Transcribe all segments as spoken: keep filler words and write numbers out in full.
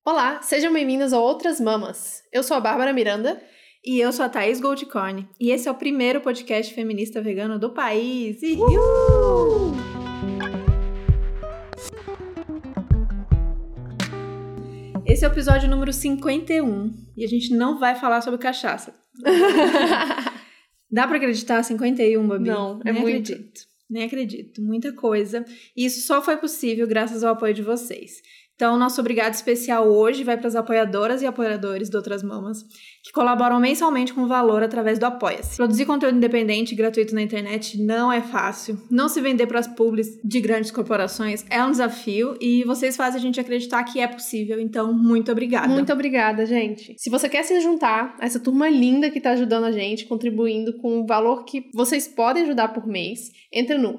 Olá, sejam bem-vindos a Outras Mamas. Eu sou a Bárbara Miranda. E eu sou a Thaís Goldcorn. E esse é o primeiro podcast feminista vegano do país. Uhul! Esse é o episódio número cinquenta e um. E a gente não vai falar sobre cachaça. Dá pra acreditar? cinquenta e um, Babi? Não, é Nem muito. acredito. Nem acredito. Muita coisa. E isso só foi possível graças ao apoio de vocês. Então, nosso obrigado especial hoje vai para as apoiadoras e apoiadores do Outras Mamas, que colaboram mensalmente com valor através do Apoia-se. Produzir conteúdo independente e gratuito na internet não é fácil. Não se vender para as publis de grandes corporações é um desafio e vocês fazem a gente acreditar que é possível. Então, muito obrigada. Muito obrigada, gente. Se você quer se juntar a essa turma linda que está ajudando a gente, contribuindo com o valor que vocês podem ajudar por mês, entre no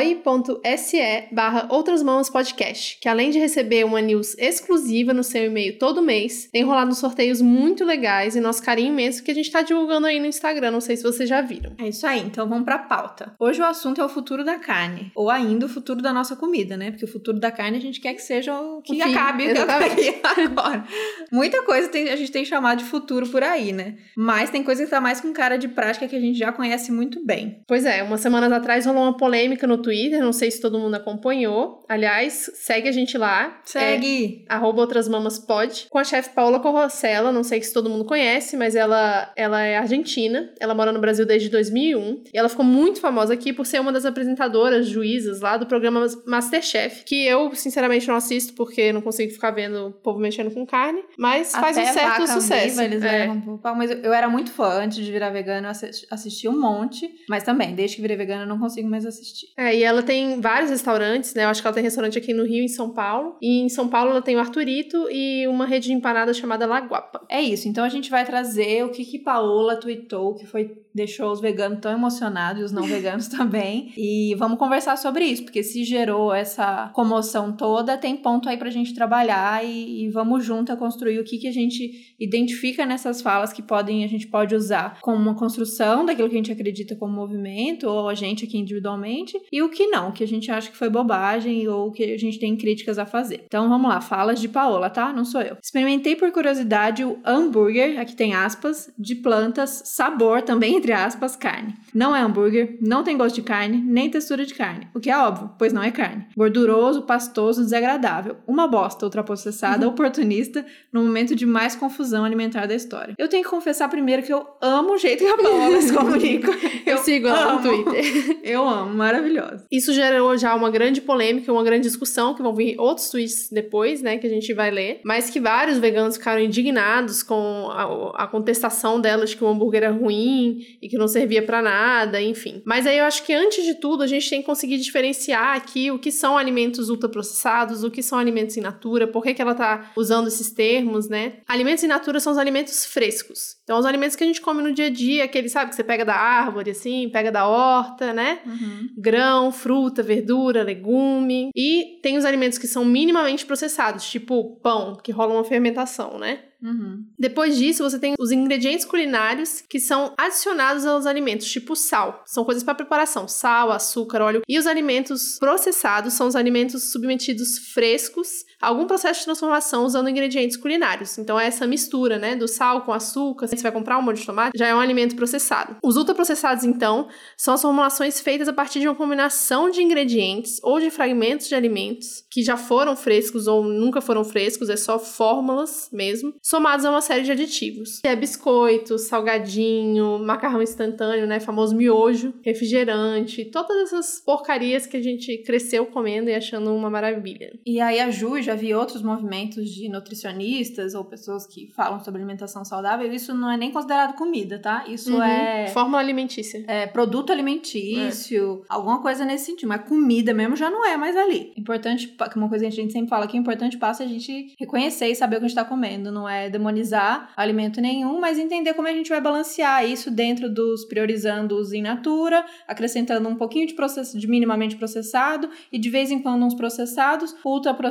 apoie.se barra Outras Mamas Podcast, que além de receber uma news exclusiva no seu e-mail todo mês, tem rolado uns sorteios muito legais e nosso carinho imenso que a gente tá divulgando aí no Instagram, não sei se vocês já viram. É isso aí, então vamos pra pauta. Hoje o assunto é o futuro da carne, ou ainda o futuro da nossa comida, né? Porque o futuro da carne a gente quer que seja o que o fim, acabe exatamente. agora. Muita coisa tem, a gente tem chamado de futuro por aí, né? Mas tem coisa que tá mais com cara de prática que a gente já conhece muito bem. Pois é, umas semanas atrás rolou uma polêmica no Twitter, não sei se todo mundo acompanhou. Aliás, segue a gente lá. Segue! É, arroba Outras Mamas Pod, com a chefe Paola Corrocella, não sei se todo mundo conhece, mas ela, ela é argentina, ela mora no Brasil desde dois mil e um, e ela ficou muito famosa aqui por ser uma das apresentadoras, juízas lá do programa Masterchef, que eu, sinceramente, não assisto porque não consigo ficar vendo o povo mexendo com carne, mas faz Até um certo vaca sucesso. Viva, eles é. levam pro pau, mas eu, eu era muito fã antes de virar vegana, eu assisti, assisti um monte, mas também, desde que virei vegana, eu não consigo mais assistir. É, e ela tem vários restaurantes, né, eu acho que ela tem restaurante aqui no Rio e em São Paulo, e em São Paulo ela tem o Arthurito e uma rede de empanadas chamada La Guapa. É isso, então a gente vai trazer o que que Paola tweetou, que foi, deixou os veganos tão emocionados e os não veganos também, e vamos conversar sobre isso, porque se gerou essa comoção toda, tem ponto aí pra gente trabalhar e, e vamos junto a construir o que que a gente identifica nessas falas que podem, a gente pode usar como uma construção daquilo que a gente acredita como movimento, ou a gente aqui individualmente, e o que não, que a gente acha que foi bobagem ou que a gente tem críticas a fazer. Então vamos lá, falas de Paola, tá? Não sou eu. Experimentei por curiosidade o hambúrguer, aqui tem aspas, de plantas, sabor também, entre aspas, carne. Não é hambúrguer, não tem gosto de carne, nem textura de carne, o que é óbvio, pois não é carne. Gorduroso, pastoso, desagradável. Uma bosta ultraprocessada, uhum. oportunista, no momento de mais confusão alimentar da história. Eu tenho que confessar primeiro que eu amo o jeito que a Paola se comunica. Eu, eu sigo ela no Twitter. Eu amo, maravilhosa. Isso gerou já uma grande polêmica, uma grande discussão, que vão vir outros tweets depois, né, que a gente vai ler, mas que vários veganos ficaram indignados com a, a contestação delas de que o hambúrguer era ruim e que não servia pra nada, enfim. Mas aí eu acho que antes de tudo a gente tem que conseguir diferenciar aqui o que são alimentos ultraprocessados, o que são alimentos in natura, por que que ela tá usando esses termos, né? Alimentos in natura são os alimentos frescos. Então, os alimentos que a gente come no dia a dia, aquele, sabe, que você pega da árvore, assim, pega da horta, né? Uhum. Grão, fruta, verdura, legume. E tem os alimentos que são minimamente processados, tipo pão, que rola uma fermentação, né? Uhum. Depois disso, você tem os ingredientes culinários que são adicionados aos alimentos, tipo sal. São coisas para preparação, sal, açúcar, óleo. E os alimentos processados são os alimentos submetidos frescos a algum processo de transformação usando ingredientes culinários. Então é essa mistura, né, do sal com açúcar. Se você vai comprar um molho de tomate, já é um alimento processado. Os ultraprocessados, então, são as formulações feitas a partir de uma combinação de ingredientes ou de fragmentos de alimentos que já foram frescos ou nunca foram frescos, é só fórmulas mesmo, somados a uma série de aditivos. É biscoito, salgadinho, macarrão instantâneo, né, famoso miojo, refrigerante, todas essas porcarias que a gente cresceu comendo e achando uma maravilha. E aí a Ju, já vi outros movimentos de nutricionistas ou pessoas que falam sobre alimentação saudável, isso não é nem considerado comida, tá? Isso uhum. é... fórmula alimentícia. É produto alimentício, é. alguma coisa nesse sentido, mas comida mesmo já não é mais ali. Importante, uma coisa que a gente sempre fala que é importante passo é a gente reconhecer e saber o que a gente tá comendo, não é demonizar alimento nenhum, mas entender como a gente vai balancear isso dentro dos priorizando os in natura, acrescentando um pouquinho de, process, de minimamente processado e de vez em quando uns processados, ultraprocessados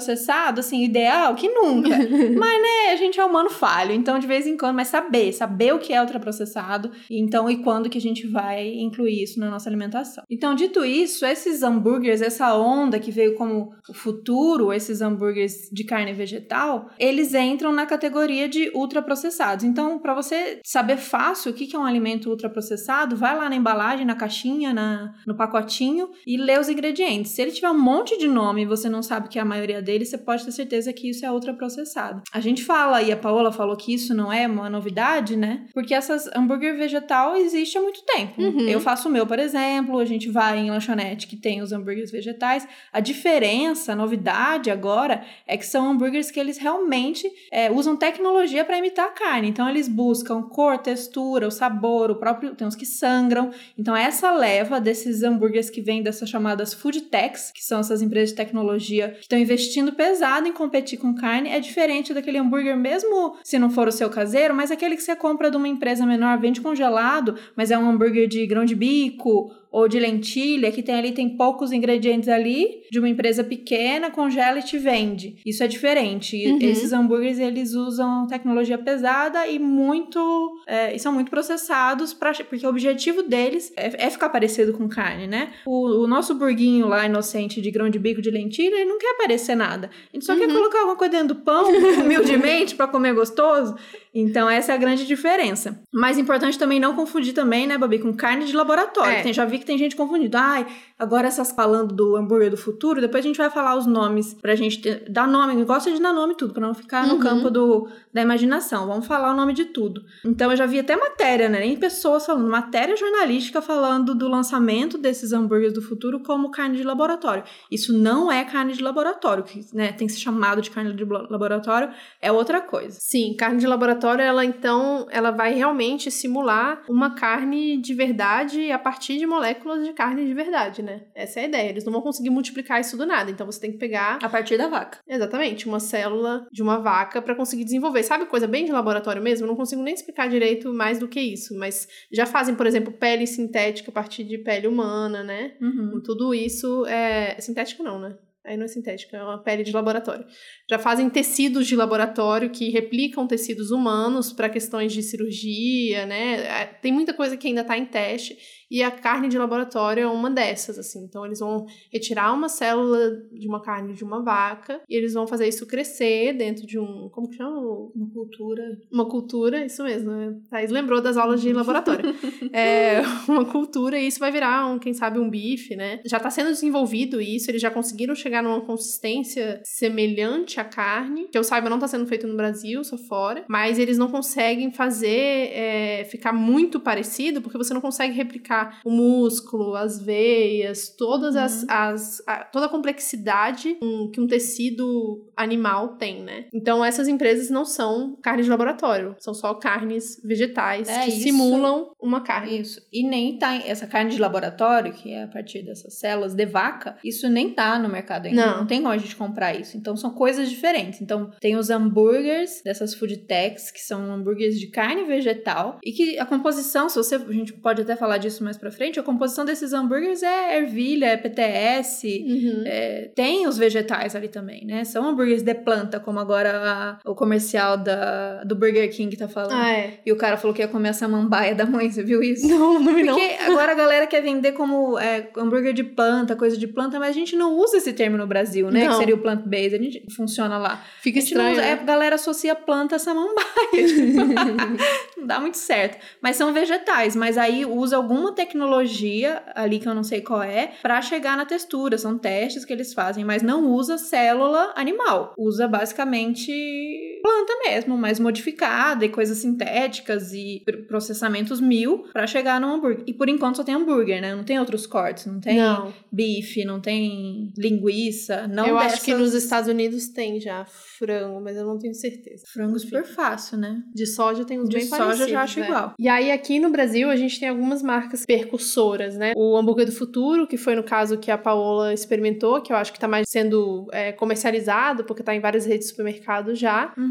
ultraprocessado, assim, ideal que nunca. Mas, né, a gente é humano falho, então de vez em quando, mas saber, saber o que é ultraprocessado, então e quando que a gente vai incluir isso na nossa alimentação. Então, dito isso, esses hambúrgueres, essa onda que veio como o futuro, esses hambúrgueres de carne vegetal, eles entram na categoria de ultraprocessados. Então, para você saber fácil o que é um alimento ultraprocessado, vai lá na embalagem, na caixinha, na, no pacotinho e lê os ingredientes. Se ele tiver um monte de nome e você não sabe que é a maioria deles, você pode ter certeza que isso é ultraprocessado. A gente fala, e a Paola falou que isso não é uma novidade, né? Porque essas hambúrguer vegetal existe há muito tempo. Uhum. Eu faço o meu, por exemplo, a gente vai em lanchonete que tem os hambúrgueres vegetais. A diferença, a novidade agora é que são hambúrgueres que eles realmente é, usam tecnologia para imitar a carne. Então, eles buscam cor, textura, o sabor, o próprio... Tem uns que sangram. Então, essa leva desses hambúrgueres que vêm dessas chamadas food techs, que são essas empresas de tecnologia que estão investindo pesado em competir com carne, é diferente daquele hambúrguer, mesmo se não for o seu caseiro, mas aquele que você compra de uma empresa menor, vende congelado, mas é um hambúrguer de grão de bico ou de lentilha, que tem ali, tem poucos ingredientes ali, de uma empresa pequena, congela e te vende. Isso é diferente. Uhum. Esses hambúrgueres, eles usam tecnologia pesada e muito... É, e são muito processados, pra, porque o objetivo deles é, é ficar parecido com carne, né? O, o nosso burguinho lá, inocente, de grão de bico, de lentilha, ele não quer parecer nada. A gente só uhum. quer colocar alguma coisa dentro do pão, humildemente, pra comer gostoso. Então, essa é a grande diferença. Mas importante também não confundir também, né, Babi, com carne de laboratório. É. Tem, já vi que tem gente confundindo. Ai, agora essas falando do hambúrguer do futuro, depois a gente vai falar os nomes pra gente ter, dar nome. Gosta de dar nome tudo, pra não ficar uhum. no campo do, da imaginação. Vamos falar o nome de tudo. Então, eu já vi até matéria, né? Nem pessoas falando. Matéria jornalística falando do lançamento desses hambúrgueres do futuro como carne de laboratório. Isso não é carne de laboratório, que, né, tem que ser chamado de carne de laboratório, é outra coisa. Sim, carne de laboratório, ela então, ela vai realmente simular uma carne de verdade a partir de moléculas de carne de verdade, né? Essa é a ideia. Eles não vão conseguir multiplicar isso do nada. Então, você tem que pegar... A partir da vaca. Exatamente. Uma célula de uma vaca para conseguir desenvolver. Sabe coisa bem de laboratório mesmo? Eu não consigo nem explicar direito mais do que isso. Mas já fazem, por exemplo, pele sintética a partir de pele humana, né? Uhum. Tudo isso é... Sintética não, né? Aí não é sintética, é uma pele de laboratório. Já fazem tecidos de laboratório que replicam tecidos humanos para questões de cirurgia, né? Tem muita coisa que ainda está em teste. E a carne de laboratório é uma dessas, assim. Então, eles vão retirar uma célula de uma carne de uma vaca e eles vão fazer isso crescer dentro de um... Como que chama? Uma cultura. Uma cultura, isso mesmo. Né? Thaís lembrou das aulas de laboratório. É uma cultura e isso vai virar, um, quem sabe, um bife, né? Já está sendo desenvolvido isso, eles já conseguiram chegar numa consistência semelhante à carne, que eu saiba não está sendo feito no Brasil, só fora, mas eles não conseguem fazer é, ficar muito parecido, porque você não consegue replicar o músculo, as veias, todas uhum. as, as a, toda a complexidade um, que um tecido animal tem, né? Então essas empresas não são carnes de laboratório, são só carnes vegetais é, que isso, simulam uma carne. Isso. E nem tá essa carne de laboratório, que é a partir dessas células de vaca, isso nem tá no mercado ainda. Não, não tem como a gente comprar isso. Então são coisas diferentes. Então tem os hambúrgueres dessas food techs, que são hambúrgueres de carne vegetal, e que a composição, se você, a gente pode até falar disso mais pra frente, a composição desses hambúrgueres é ervilha, é P T S, uhum. é, tem os vegetais ali também, né? São hambúrgueres de planta, como agora a, o comercial da, do Burger King tá falando. Ah, é. E o cara falou que ia comer a samambaia da mãe, você viu isso? Não, não vi não. Porque agora a galera quer vender como é, hambúrguer de planta, coisa de planta, mas a gente não usa esse termo no Brasil, né? Não. Que seria o plant-based, a gente funciona lá. Fica estranho, usa, né? é, a galera associa planta a samambaia. Não dá muito certo. Mas são vegetais, mas aí usa alguma tecnologia ali que eu não sei qual é, pra chegar na textura. São testes que eles fazem, mas não usa célula animal. Usa basicamente planta mesmo, mas modificada e coisas sintéticas e processamentos mil pra chegar no hambúrguer. E por enquanto só tem hambúrguer, né? Não tem outros cortes, não tem não. bife, não tem linguiça, não Eu dessas... acho que nos Estados Unidos tem já frango, mas eu não tenho certeza. Frango super fácil, né? De soja tem uns De bem soja parecidos, já acho né? igual. E aí aqui no Brasil a gente tem algumas marcas percussoras, né? O hambúrguer do futuro, que foi no caso que a Paola experimentou, que eu acho que tá mais sendo é, comercializado, porque tá em várias redes de supermercado já. Uhum. Tem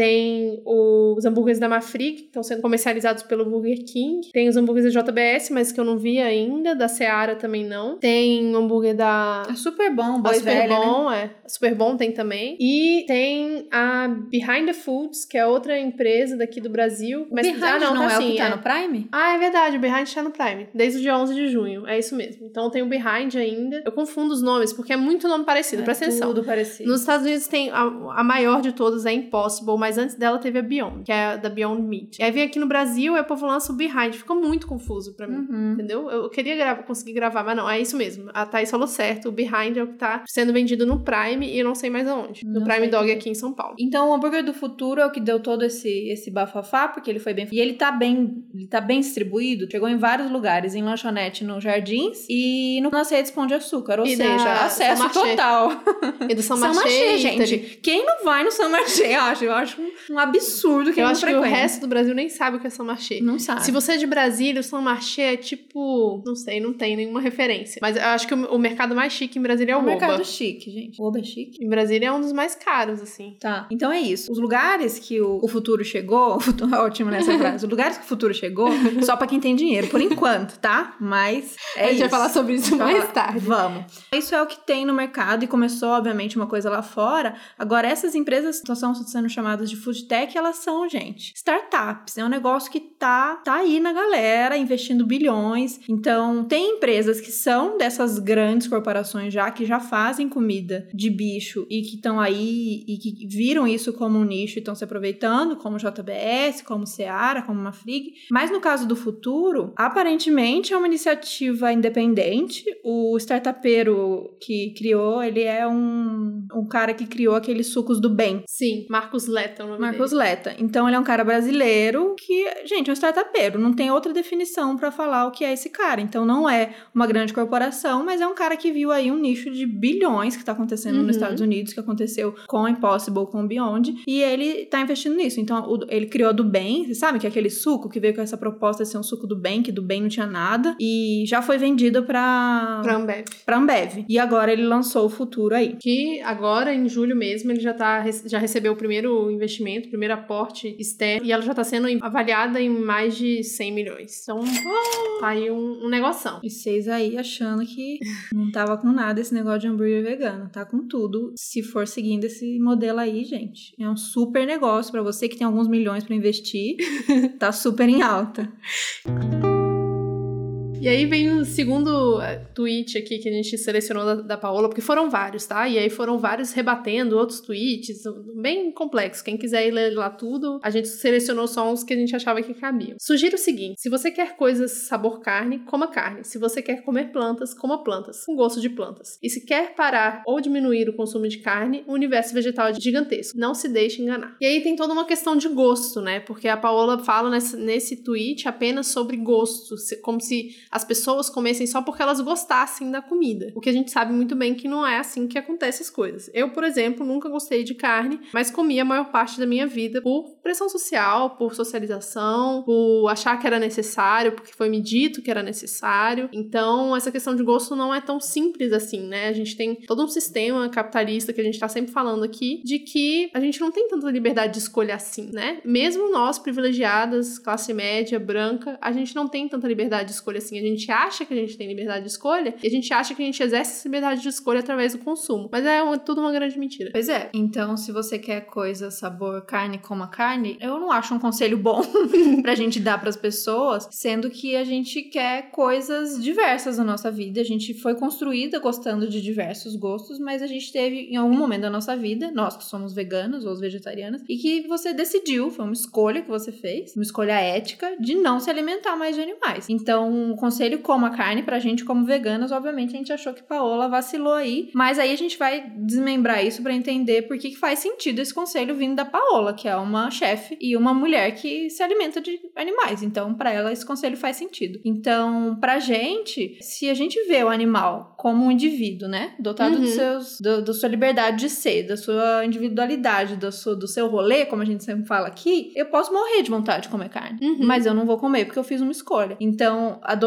Tem os hambúrgueres da Mafrig, que estão sendo comercializados pelo Burger King. Tem os hambúrgueres da J B S, mas que eu não vi ainda. Da Seara também não. Tem o hambúrguer da... É super bom, Boi Super velha, Bom, né? é. Super Bom tem também. E tem a Behind the Foods, que é outra empresa daqui do Brasil. Mas, Behind ah, não, não tá é assim, o que tá é. no Prime? Ah, é verdade, o Behind tá no Prime. Desde o dia onze de junho. É isso mesmo. Então tem o Behind ainda. Eu confundo os nomes, porque é muito nome parecido. É Presta atenção. tudo parecido. Nos Estados Unidos tem a, a maior de todas, é Impossible, mas antes dela teve a Beyond, que é a da Beyond Meat. E aí vem aqui no Brasil e o povo lança o Behind. Ficou muito confuso pra mim, Uhum. entendeu? Eu queria gravar, conseguir gravar, mas não, é isso mesmo. A Thaís falou certo, o Behind é o que tá sendo vendido no Prime e eu não sei mais aonde. No Não Prime sei Dog também. aqui em São Paulo. Então, o hambúrguer do futuro é o que deu todo esse, esse bafafá, porque ele foi bem... E ele tá bem, ele tá bem distribuído, chegou em vários lugares, em lanchonete no Jardins e no, nas redes Pão de Açúcar, ou E seja, da acesso São Marché. total. E do São São Marché, Marché, Italy. gente. Quem não vai no São Marché, eu acho? Eu acho um, um absurdo quem Eu não acho que frequenta. o resto do Brasil nem sabe o que é São Marché. Não sabe. Se você é de Brasília, o São Marché é tipo... Não sei, não tem nenhuma referência. Mas eu acho que o, o mercado mais chique em Brasília é o É um Oba. mercado chique, gente. O Oba é chique. Em Brasília é um dos mais caros, assim. Tá, então é isso. Os lugares que o, o futuro chegou... O futuro, ótimo nessa frase. Os lugares que o futuro chegou, só pra quem tem dinheiro, por enquanto, tá? Mas é A gente isso. vai falar sobre isso Então, mais tarde. Vamos. Isso é o que tem no mercado e começou, obviamente, uma coisa lá fora. Agora, essas empresas que estão sendo chamadas de food tech, elas são, gente, startups. É um negócio que tá, tá aí na galera, investindo bilhões. Então, tem empresas que são dessas grandes corporações já, que já fazem comida de bicho e que estão aí e que viram isso como um nicho e estão se aproveitando, como J B S, como Seara, como Mafrig. Mas no caso do futuro, aparentemente é uma iniciativa independente. O startupeiro que criou, ele é um, um cara que criou aqueles sucos do bem. Sim, Marcos Letta é o nome Marcos dele. Letta. Então ele é um cara brasileiro que, gente, é um startupeiro. Não tem outra definição pra falar o que é esse cara. Então não é uma grande corporação, mas é um cara que viu aí um nicho de bilhões que tá acontecendo Uhum. nos Estados Unidos, que aconteceu com a Impossible, com o Beyond, e ele tá investindo nisso. Então o, ele criou a do bem, você sabe que é aquele suco que veio com essa proposta de ser um suco do bem, que do bem não tinha nada, e já foi vendido pra... Pra Ambev. pra Ambev. E agora ele lançou o futuro aí. Que agora, em julho mesmo, ele já, tá, já recebeu o primeiro investimento, o primeiro aporte externo, e ela já tá sendo avaliada em mais de cem milhões. Então, tá aí um, um negoção. E vocês aí achando que não tava com nada esse negócio de hambúrguer vegano. Tá com tudo. Se for seguindo esse modelo aí, gente. É um super negócio pra você que tem alguns milhões pra investir. Tá super em alta. E aí vem o segundo tweet aqui que a gente selecionou da, da Paola, porque foram vários, tá? E aí foram vários rebatendo outros tweets, bem complexo. Quem quiser ir ler lá tudo, a gente selecionou só uns que a gente achava que cabiam. Sugiro o seguinte: se você quer coisas sabor carne, coma carne. Se você quer comer plantas, coma plantas, com gosto de plantas. E se quer parar ou diminuir o consumo de carne, o universo vegetal é gigantesco. Não se deixe enganar. E aí tem toda uma questão de gosto, né? Porque a Paola fala nesse, nesse tweet apenas sobre gosto, como se as pessoas comessem só porque elas gostassem da comida. O que a gente sabe muito bem que não é assim que acontecem as coisas. Eu, por exemplo, nunca gostei de carne, mas comi a maior parte da minha vida por pressão social, por socialização, por achar que era necessário, porque foi me dito que era necessário. Então, essa questão de gosto não é tão simples assim, né? A gente tem todo um sistema capitalista que a gente tá sempre falando aqui, de que a gente não tem tanta liberdade de escolha assim, né? Mesmo nós, privilegiadas, classe média, branca, a gente não tem tanta liberdade de escolha assim. A gente acha que a gente tem liberdade de escolha e a gente acha que a gente exerce essa liberdade de escolha através do consumo. Mas é uma, tudo uma grande mentira. Pois é. Então, se você quer coisa, sabor, carne, coma carne, eu não acho um conselho bom pra gente dar pras pessoas, sendo que a gente quer coisas diversas na nossa vida. A gente foi construída gostando de diversos gostos, mas a gente teve em algum momento da nossa vida, nós que somos veganos ou vegetarianas, e que você decidiu, foi uma escolha que você fez, uma escolha ética, de não se alimentar mais de animais. Então, o conselho coma carne pra gente como veganas, obviamente a gente achou que Paola vacilou aí, mas aí a gente vai desmembrar isso pra entender por que que faz sentido esse conselho vindo da Paola, que é uma chefe e uma mulher que se alimenta de animais. Então, pra ela, esse conselho faz sentido. Então, pra gente, se a gente vê o animal como um indivíduo, né, dotado Uhum. de seus, do, da sua liberdade de ser, da sua individualidade, do seu, do seu rolê, como a gente sempre fala aqui, eu posso morrer de vontade de comer carne, Uhum. mas eu não vou comer porque eu fiz uma escolha. Então, adotar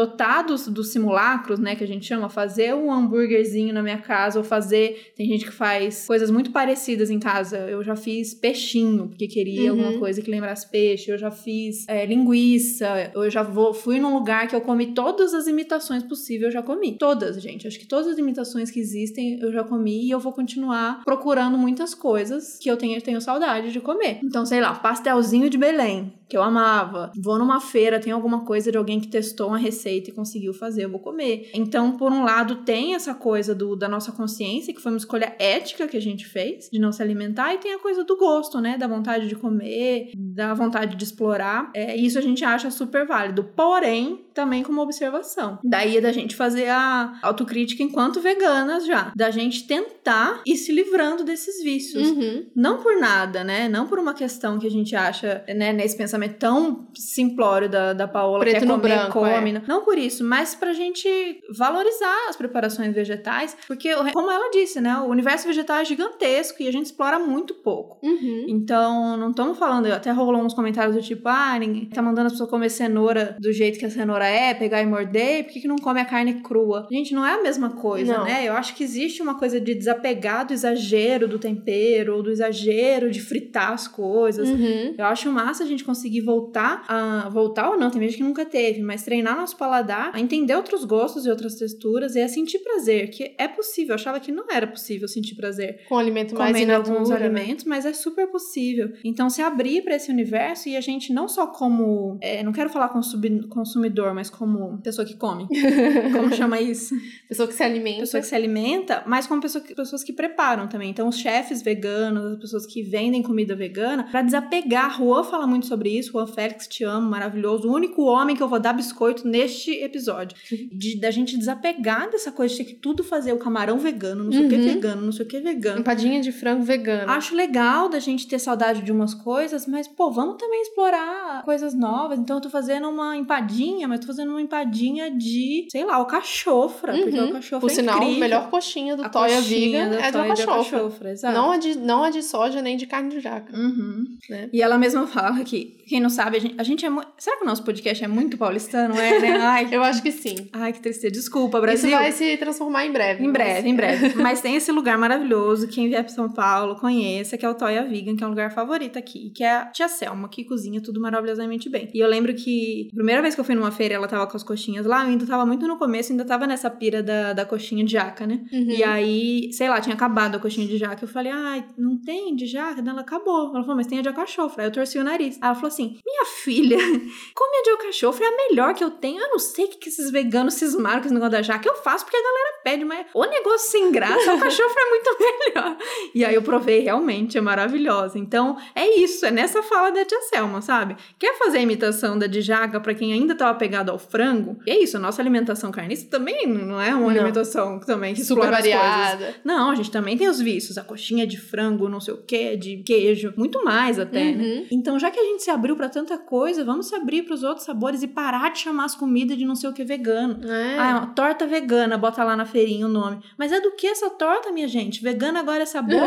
adotar dos, dos simulacros, né, que a gente chama, fazer um hambúrguerzinho na minha casa, ou fazer, tem gente que faz coisas muito parecidas em casa, eu já fiz peixinho, porque queria uhum. alguma coisa que lembrasse peixe, eu já fiz é, linguiça, eu já vou, fui num lugar que eu comi todas as imitações possíveis, eu já comi, todas, gente, acho que todas as imitações que existem eu já comi e eu vou continuar procurando muitas coisas que eu tenho, eu tenho saudade de comer. Então, sei lá, pastelzinho de Belém, que eu amava. Vou numa feira, tem alguma coisa de alguém que testou uma receita e conseguiu fazer, eu vou comer. Então, por um lado, tem essa coisa do, da nossa consciência, que foi uma escolha ética que a gente fez, de não se alimentar, e tem a coisa do gosto, né? Da vontade de comer, da vontade de explorar. É, isso a gente acha super válido. Porém, também como observação. Daí é da gente fazer a autocrítica enquanto veganas já. Da gente tentar ir se livrando desses vícios. Uhum. Não por nada, né? Não por uma questão que a gente acha, né, nesse pensamento tão simplório da, da Paola, preto que é no comer, branco, come. É. Não por isso, mas pra gente valorizar as preparações vegetais, porque, como ela disse, né? O universo vegetal é gigantesco e a gente explora muito pouco. Uhum. Então, não estamos falando, até rolou uns comentários do tipo, ah, ninguém tá mandando as pessoas comer cenoura do jeito que a cenoura é, pegar e morder, por que que não come a carne crua? Gente, não é a mesma coisa, não. né? Eu acho que existe uma coisa de desapegar do exagero do tempero, ou do exagero de fritar as coisas. Uhum. Eu acho massa a gente conseguir voltar a... Voltar ou não, tem gente que nunca teve, mas treinar nosso paladar, a entender outros gostos e outras texturas e a sentir prazer, que é possível. Eu achava que não era possível sentir prazer com alimento mais comendo in natura, alguns né? alimentos, mas é super possível. Então, se abrir para esse universo e a gente não só como... É, não quero falar consumi- consumidor, mas como pessoa que come. Como chama isso? Pessoa que se alimenta. Pessoa que se alimenta, mas como pessoa que, pessoas que preparam também. Então, os chefes veganos, as pessoas que vendem comida vegana, para desapegar. Juan fala muito sobre isso. Juan Félix, te amo, maravilhoso. O único homem que eu vou dar biscoito neste episódio. De, da gente desapegar dessa coisa de ter que tudo fazer o camarão vegano, não sei uhum. o que vegano, não sei o que vegano. Empadinha de frango vegano. Acho legal da gente ter saudade de umas coisas, mas, pô, vamos também explorar coisas novas. Então, eu tô fazendo uma empadinha, mas tô fazendo uma empadinha de, sei lá, alcachofra. Uhum. Porque o alcachofra Por é sinal, incrível. a melhor coxinha do a Toya coxinha Vegan é do alcachofra. alcachofra exato. Não a, de, não a de soja, nem de carne de jaca. Uhum. Né? E ela mesma fala que, quem não sabe, a gente, a gente é muito... Será que o nosso podcast é muito paulistano, é, né? Ai, eu acho que sim. Ai, que tristeza. Desculpa, Brasil. Isso vai se transformar em breve. Em mas... breve, em breve. Mas tem esse lugar maravilhoso, quem vier pra São Paulo conheça, que é o Toya Vegan, que é um lugar favorito aqui, que é a tia Selma, que cozinha tudo maravilhosamente bem. E eu lembro que a primeira vez que eu fui numa feira, ela tava com as coxinhas lá, eu ainda tava muito no começo, ainda tava nessa pira da, da coxinha de jaca, né? Uhum. E aí, sei lá, tinha acabado a coxinha de jaca. Eu falei, ai, não tem de jaca? Daí ela acabou. Ela falou, mas tem a de alcachofra. Aí eu torci o nariz. Aí ela falou assim, minha filha, come a de alcachofra, é a melhor que eu tenho. Eu não sei o que, que esses veganos cismaram com esse negócio da jaca. Eu faço porque a galera pede, mas o negócio sem graça, a alcachofra é muito melhor. E aí eu provei, realmente, é maravilhosa. Então, é isso, é nessa fala da tia Selma, sabe? Quer fazer a imitação da de jaca pra quem ainda tava pegado ao frango? E é isso, a nossa alimentação carnista também não é uma não. alimentação também que super explora variada. As coisas. Não, a gente também tem os vícios, a coxinha de frango, não sei o que, de queijo, muito mais até, uhum. né? Então, já que a gente se abriu pra tanta coisa, vamos se abrir pros outros sabores e parar de chamar as comidas de não sei o que vegano. É. Ah, uma torta vegana, bota lá na feirinha o nome. Mas é do que essa torta, minha gente? Vegana agora é sabor?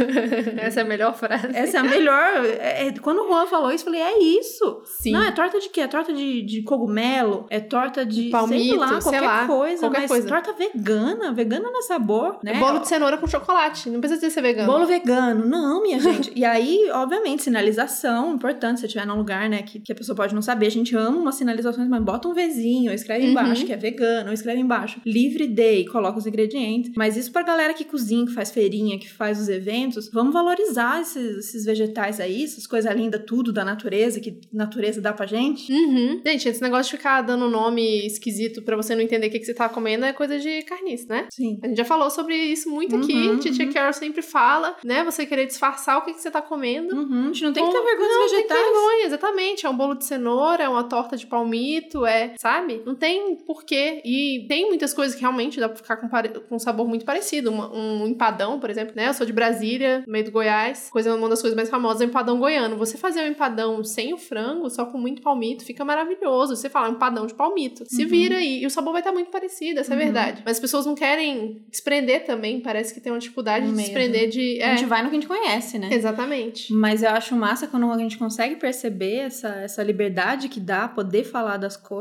Essa é a melhor frase. Essa é a melhor. É, é, quando o Juan falou isso, eu falei, é isso. Sim. Não, é torta de quê? É torta de, de cogumelo? É torta de, palmito, sei lá, qualquer sei lá, coisa. qualquer mas coisa. Torta vegana. Vegana não é sabor, né? É bolo de cenoura com chocolate. Não precisa ser vegano. Bolo vegano. Não, minha gente. E aí, obviamente, sinalização, importante. Se você estiver num lugar, né, que, que a pessoa pode não saber. A gente ama umas sinalizações, mas bota um Vzinho, ou escreve embaixo uhum. que é vegano, ou escreve embaixo livre day, coloca os ingredientes. Mas isso pra galera que cozinha, que faz feirinha, que faz os eventos, vamos valorizar esses, esses vegetais aí, essas coisas lindas, tudo da natureza, que natureza dá pra gente. Uhum. Gente, esse negócio de ficar dando nome esquisito pra você não entender o que, que você tá comendo é coisa de carniça, né? Sim. A gente já falou sobre isso muito uhum, aqui. Titia uhum. Carol sempre fala, né? Você querer disfarçar o que, que você tá comendo. Uhum. A gente não tem então, que ter vergonha não, dos vegetais. Não tem vergonha, exatamente. É um bolo de cenoura, é uma torta de palmito, é, sabe? Não tem porquê. E tem muitas coisas que realmente dá pra ficar com, pare... com um sabor muito parecido. Um, um empadão, por exemplo, né? Eu sou de Brasília, no meio do Goiás. Coisa, uma das coisas mais famosas é o empadão goiano. Você fazer um empadão sem o frango, só com muito palmito, fica maravilhoso. Você fala um empadão de palmito. Se uhum. vira aí. E o sabor vai estar muito parecido, essa uhum. é a verdade. Mas as pessoas não querem desprender também. Parece que tem uma dificuldade de desprender de... É. A gente vai no que a gente conhece, né? Exatamente. Mas eu acho massa quando a gente consegue perceber essa, essa liberdade que dá, poder falar das coisas, poder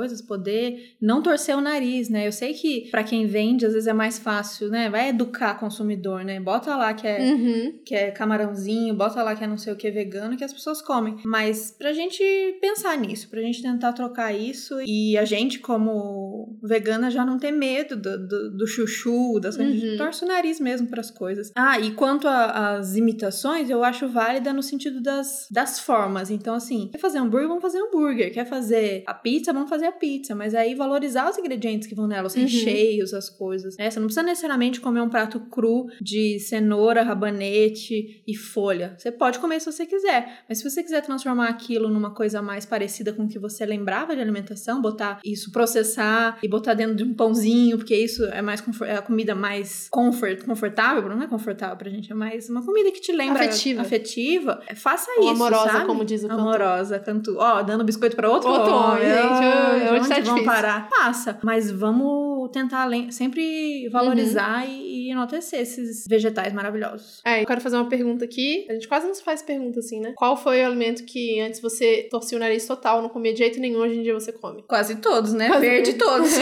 poder não torcer o nariz, né? Eu sei que pra quem vende, às vezes é mais fácil, né? Vai educar consumidor, né? Bota lá que é, Uhum. que é camarãozinho, bota lá que é não sei o que vegano, que as pessoas comem. Mas pra gente pensar nisso, pra gente tentar trocar isso e a gente, como vegana, já não ter medo do, do, do chuchu, das coisas. Uhum. A gente torce o nariz mesmo pras coisas. Ah, e quanto às imitações, eu acho válida no sentido das, das formas. Então, assim, quer fazer hambúrguer, vamos fazer hambúrguer. Quer fazer a pizza, vamos fazer a pizza. Mas aí valorizar os ingredientes que vão nela, os recheios, uhum. as coisas. Né? Você não precisa necessariamente comer um prato cru de cenoura, rabanete e folha. Você pode comer se você quiser. Mas se você quiser transformar aquilo numa coisa mais parecida com o que você lembrava de alimentação, botar isso, processar e botar dentro de um pãozinho, porque isso é mais é a comida mais comfort, confortável, não é confortável pra gente, é mais uma comida que te lembra afetiva, afetiva. Faça ou isso, amorosa, sabe? Como diz o cantor. Amorosa, cantu. Ó, oh, dando biscoito pra outro, outro homem, gente. Oh, Hoje onde tá vão difícil. parar? Faça, mas vamos tentar sempre valorizar uhum. e, e enaltecer esses vegetais maravilhosos. É, eu quero fazer uma pergunta aqui. A gente quase não se faz pergunta assim, né? Qual foi o alimento que antes você torcia o nariz total, não comia de jeito nenhum, hoje em dia você come? Quase todos, né? Quase Verde todos.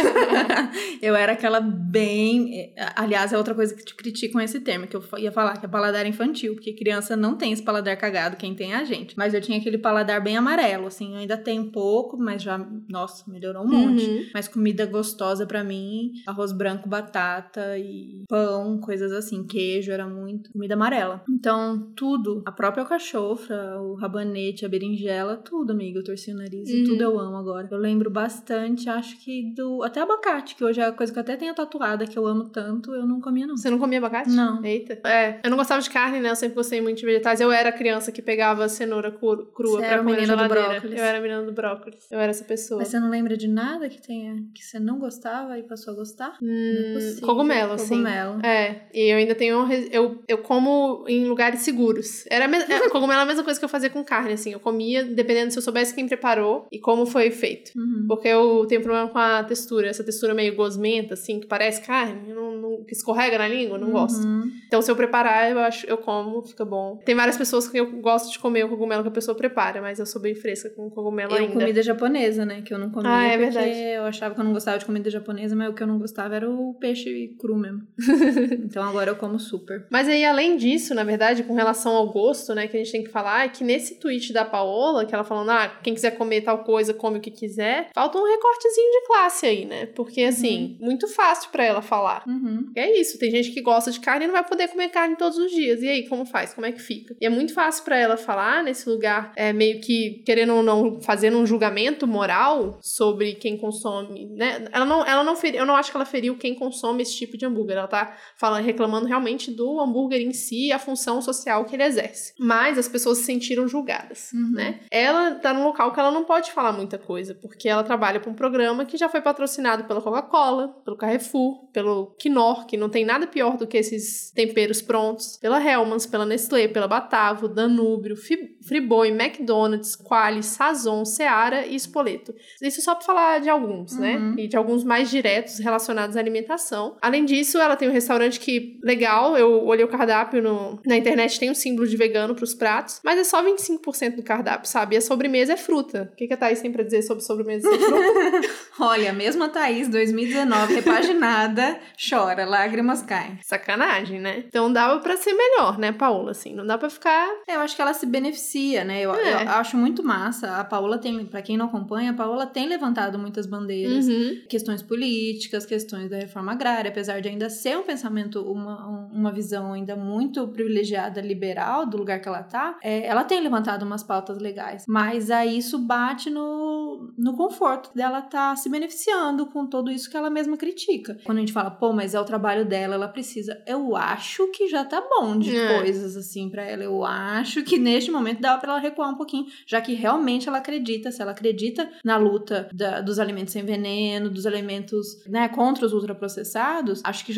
Eu era aquela bem... Aliás, é outra coisa que te criticam esse termo, que eu ia falar, que é paladar infantil, porque criança não tem esse paladar cagado, quem tem é a gente. Mas eu tinha aquele paladar bem amarelo, assim, eu ainda tenho um pouco, mas já, nossa, melhorou um monte. Uhum. Mas comida gostosa pra mim, arroz branco, batata e pão, coisas assim, queijo, era muito comida amarela. Então, tudo, a própria alcachofra, o rabanete, a berinjela, tudo, amiga, eu torci o nariz, uhum. e tudo eu amo agora. Eu lembro bastante, acho que do... até abacate, que hoje é a coisa que eu até tenho tatuada, que eu amo tanto, eu não comia não. Você não comia abacate? Não. Eita. É, eu não gostava de carne, né? Eu sempre gostei muito de vegetais. Eu era criança que pegava cenoura crua você pra comer na geladeira. Do brócolis. Eu era a menina do brócolis. Eu era essa pessoa. Mas você não lembra de nada que tenha que você não gostava e passou a gostar? Hum, não é possível. Cogumelo, sim. Cogumelo. É, e eu ainda tenho... Eu, eu como em lugares seguros. Era me... é, cogumelo é a mesma coisa que eu fazia com carne, assim. Eu comia, dependendo se eu soubesse quem preparou e como foi feito. Uhum. Porque eu tenho problema com a textura. Essa textura meio gosmenta, assim, que parece carne, não, não, que escorrega na língua, eu não uhum. gosto. Então, se eu preparar, eu acho, eu como, fica bom. Tem várias pessoas que eu gosto de comer o cogumelo que a pessoa prepara, mas eu sou bem fresca com cogumelo eu ainda. Comida japonesa, né? Que eu não comia ah, é porque verdade. eu achava que eu não gostava de comida japonesa, mas o que eu não gostava era o peixe cru mesmo. Então, agora eu como super. Mas aí, além disso, na verdade, com relação ao gosto, né, que a gente tem que falar, é que nesse tweet da Paola, que ela falando, ah, quem quiser comer tal coisa, come o que quiser, falta um recortezinho de classe aí, né? Porque, assim, uhum. muito fácil pra ela falar. Uhum. Porque é isso, tem gente que gosta de carne e não vai poder comer carne todos os dias. E aí, como faz? Como é que fica? E é muito fácil pra ela falar nesse lugar, é, meio que querendo ou não, fazendo um julgamento moral sobre quem consome, né? Ela não, ela não feriu, eu não acho que ela feriu quem consome esse tipo de hambúrguer. Ela tá falando, reclamando realmente do hambúrguer em si e a função social que ele exerce. Mas as pessoas se sentiram julgadas, uhum. né? Ela tá num local que ela não pode falar muita coisa, porque ela trabalha pra um programa que já foi patrocinado pela Coca-Cola, pelo Carrefour, pelo Knorr, que não tem nada pior do que esses temperos prontos, pela Hellmann's, pela Nestlé, pela Batavo, Danúbio, Friboi, McDonald's, Qualy, Sazon, Seara e Spoleto. Isso só pra falar de alguns, uhum. né? E de alguns mais diretos relacionados à alimentação. Além disso, ela tem um restaurante que, legal, eu olhei o cardápio no, na internet, tem um símbolo de vegano pros pratos, mas é só vinte e cinco por cento do cardápio, sabe? E a sobremesa é fruta. O que, que a Thaís tem pra dizer sobre sobremesa sem fruta? Olha, mesmo a Thaís, dois mil e dezenove, repaginada, chora, lágrimas caem. Sacanagem, né? Então dava pra ser melhor, né, Paola? Assim, não dá pra ficar... É, eu acho que ela se beneficia, né? Eu, é. eu acho muito massa. A Paola tem, pra quem não acompanha, a Paola tem levantado muitas bandeiras. Uhum. Questões políticas, questões da reforma agrária, apesar de ainda ser um pensamento, uma, uma visão ainda muito privilegiada, liberal, do lugar que ela tá, é, ela tem levantado umas pautas legais. Mas aí isso bate no, no conforto dela tá se beneficiando com tudo isso que ela mesma critica. Quando a gente fala, pô, mas é o trabalho dela, ela precisa... Eu acho que já tá bom de é. coisas, assim, pra ela. Eu acho que neste momento dá pra ela recuar um pouquinho, já que realmente ela acredita, se ela acredita na luta da, dos alimentos sem veneno, dos alimentos, né, contra os ultraprocessados, acho que já dava pra ela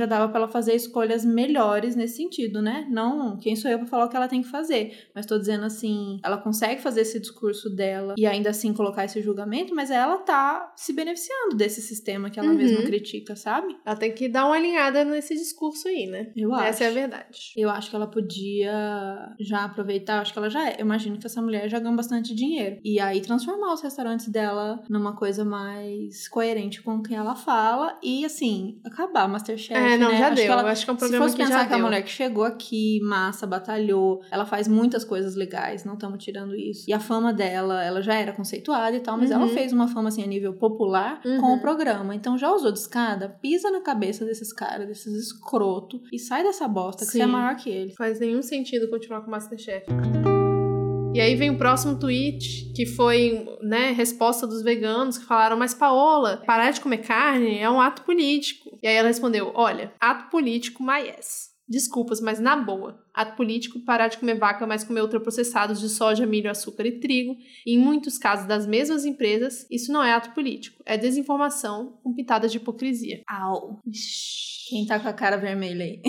fazer escolhas melhores nesse sentido, né? Não, quem sou eu pra falar o que ela tem que fazer? Mas tô dizendo assim, ela consegue fazer esse discurso dela e ainda assim colocar esse julgamento, mas ela tá se beneficiando desse sistema que ela Uhum. mesma critica, sabe? Ela tem que dar uma alinhada nesse discurso aí, né? Eu acho. Essa é a verdade. Eu acho que ela podia já aproveitar, eu acho que ela já é. Eu imagino que essa mulher já ganha bastante dinheiro. E aí transformar os restaurantes dela numa coisa mais coerente com o que ela fala e, assim, acabar Masterchef, É, não, né? já acho deu. Que ela, eu acho que é um programa se fosse que pensar já que a deu. mulher que chegou aqui, massa, batalhou, ela faz muitas coisas legais, não estamos tirando isso. E a fama dela, ela já era conceituada e tal, mas Uhum. ela fez uma fama, assim, a nível popular Uhum. com o programa. Então já usou de escada, pisa na cabeça desses caras, desses escroto e sai dessa bosta que Sim. você é maior que ele. Faz nenhum sentido continuar com o Masterchef. E aí vem o próximo tweet, que foi, né, resposta dos veganos, que falaram, mas Paola, parar de comer carne é um ato político. E aí ela respondeu, olha, ato político, my yes. Desculpas, mas na boa. Ato político, parar de comer vaca, mas comer ultraprocessados de soja, milho, açúcar e trigo. E em muitos casos das mesmas empresas, isso não é ato político. É desinformação com pitadas de hipocrisia. Au. Quem tá com a cara vermelha aí?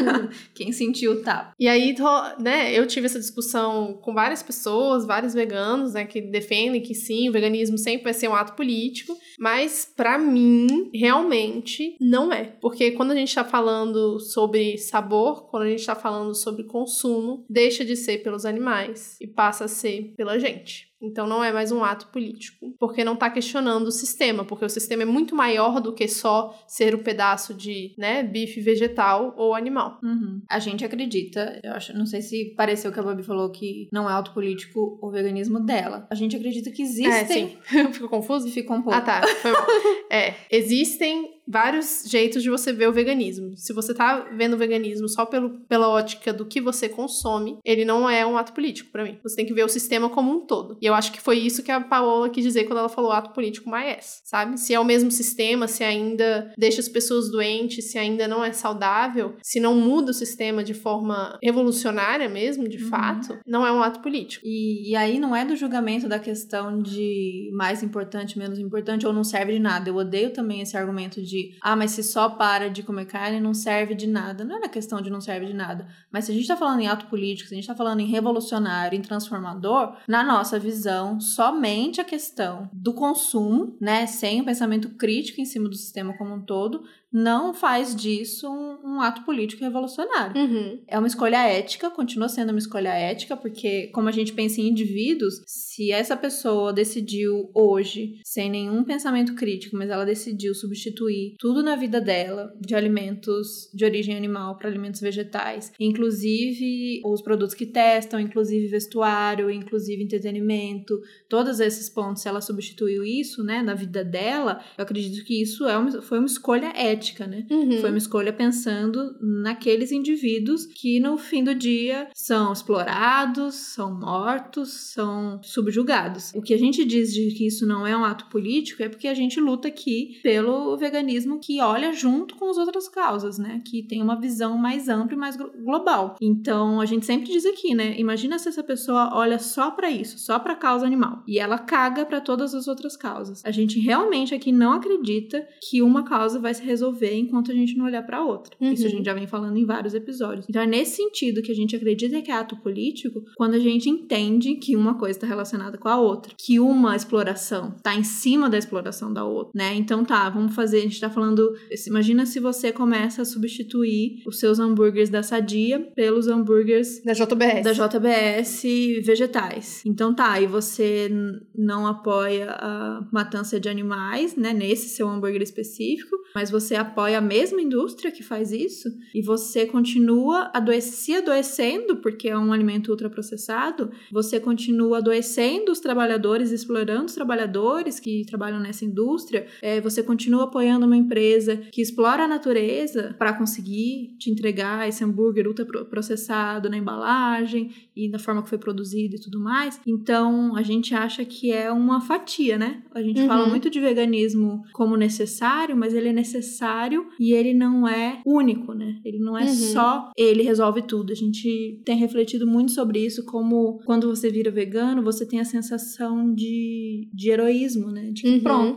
Quem sentiu o tapa? E aí, né, eu tive essa discussão com várias pessoas, vários veganos, né, que defendem que sim, o veganismo sempre vai ser um ato político, mas pra mim, realmente, não é. Porque quando a gente tá falando sobre sabor, quando a gente tá falando sobre consumo, deixa de ser pelos animais e passa a ser pela gente. Então não é mais um ato político, porque não tá questionando o sistema, porque o sistema é muito maior do que só ser um pedaço de, né, bife vegetal ou animal. Uhum. A gente acredita, eu acho, não sei se pareceu que a Babi falou que não é ato político o veganismo dela. A gente acredita que existem... É, sim. Ficou confuso? Ficou um pouco. Ah, tá. Foi mal. É, existem vários jeitos de você ver o veganismo. Se você tá vendo o veganismo só pelo, pela ótica do que você consome, ele não é um ato político pra mim. Você tem que ver o sistema como um todo. E eu acho que foi isso que a Paola quis dizer quando ela falou ato político mais, sabe? Se é o mesmo sistema, se ainda deixa as pessoas doentes, se ainda não é saudável, se não muda o sistema de forma revolucionária mesmo, de Uhum. fato, não é um ato político. E, e aí não é do julgamento da questão de mais importante, menos importante, ou não serve de nada. Eu odeio também esse argumento de ah, mas se só para de comer carne, não serve de nada. Não é na questão de não serve de nada. Mas se a gente tá falando em ato político, se a gente tá falando em revolucionário, em transformador, na nossa visão, somente a questão do consumo, né, sem o pensamento crítico em cima do sistema como um todo, não faz disso um, um ato político revolucionário. Uhum. É uma escolha ética, continua sendo uma escolha ética, porque como a gente pensa em indivíduos, se essa pessoa decidiu hoje, sem nenhum pensamento crítico, mas ela decidiu substituir tudo na vida dela, de alimentos de origem animal para alimentos vegetais, inclusive os produtos que testam, inclusive vestuário, inclusive entretenimento, todos esses pontos, se ela substituiu isso, né, na vida dela, eu acredito que isso é uma, foi uma escolha ética. Ética, né? Uhum. Foi uma escolha pensando naqueles indivíduos que no fim do dia são explorados, são mortos, são subjugados. O que a gente diz de que isso não é um ato político é porque a gente luta aqui pelo veganismo que olha junto com as outras causas, né? Que tem uma visão mais ampla e mais global. Então, a gente sempre diz aqui, né? Imagina se essa pessoa olha só pra isso, só pra causa animal, e ela caga pra todas as outras causas. A gente realmente aqui não acredita que uma causa vai se resolver enquanto a gente não olhar pra outra. Uhum. Isso a gente já vem falando em vários episódios. Então é nesse sentido que a gente acredita que é ato político quando a gente entende que uma coisa está relacionada com a outra, que uma exploração tá em cima da exploração da outra, né? Então tá, vamos fazer, a gente tá falando, imagina se você começa a substituir os seus hambúrgueres da Sadia pelos hambúrgueres da J B S. Da J B S vegetais. Então tá, e você não apoia a matança de animais, né, nesse seu hambúrguer específico, mas você apoia a mesma indústria que faz isso e você continua adoece, se adoecendo, porque é um alimento ultraprocessado, você continua adoecendo os trabalhadores, explorando os trabalhadores que trabalham nessa indústria, é, você continua apoiando uma empresa que explora a natureza para conseguir te entregar esse hambúrguer ultraprocessado na embalagem e da forma que foi produzido e tudo mais. Então, a gente acha que é uma fatia, né? A gente uhum. fala muito de veganismo como necessário, mas ele é necessário e ele não é único, né? Ele não é uhum. só ele resolve tudo. A gente tem refletido muito sobre isso, como quando você vira vegano, você tem a sensação de, de heroísmo, né? De que uhum. pronto,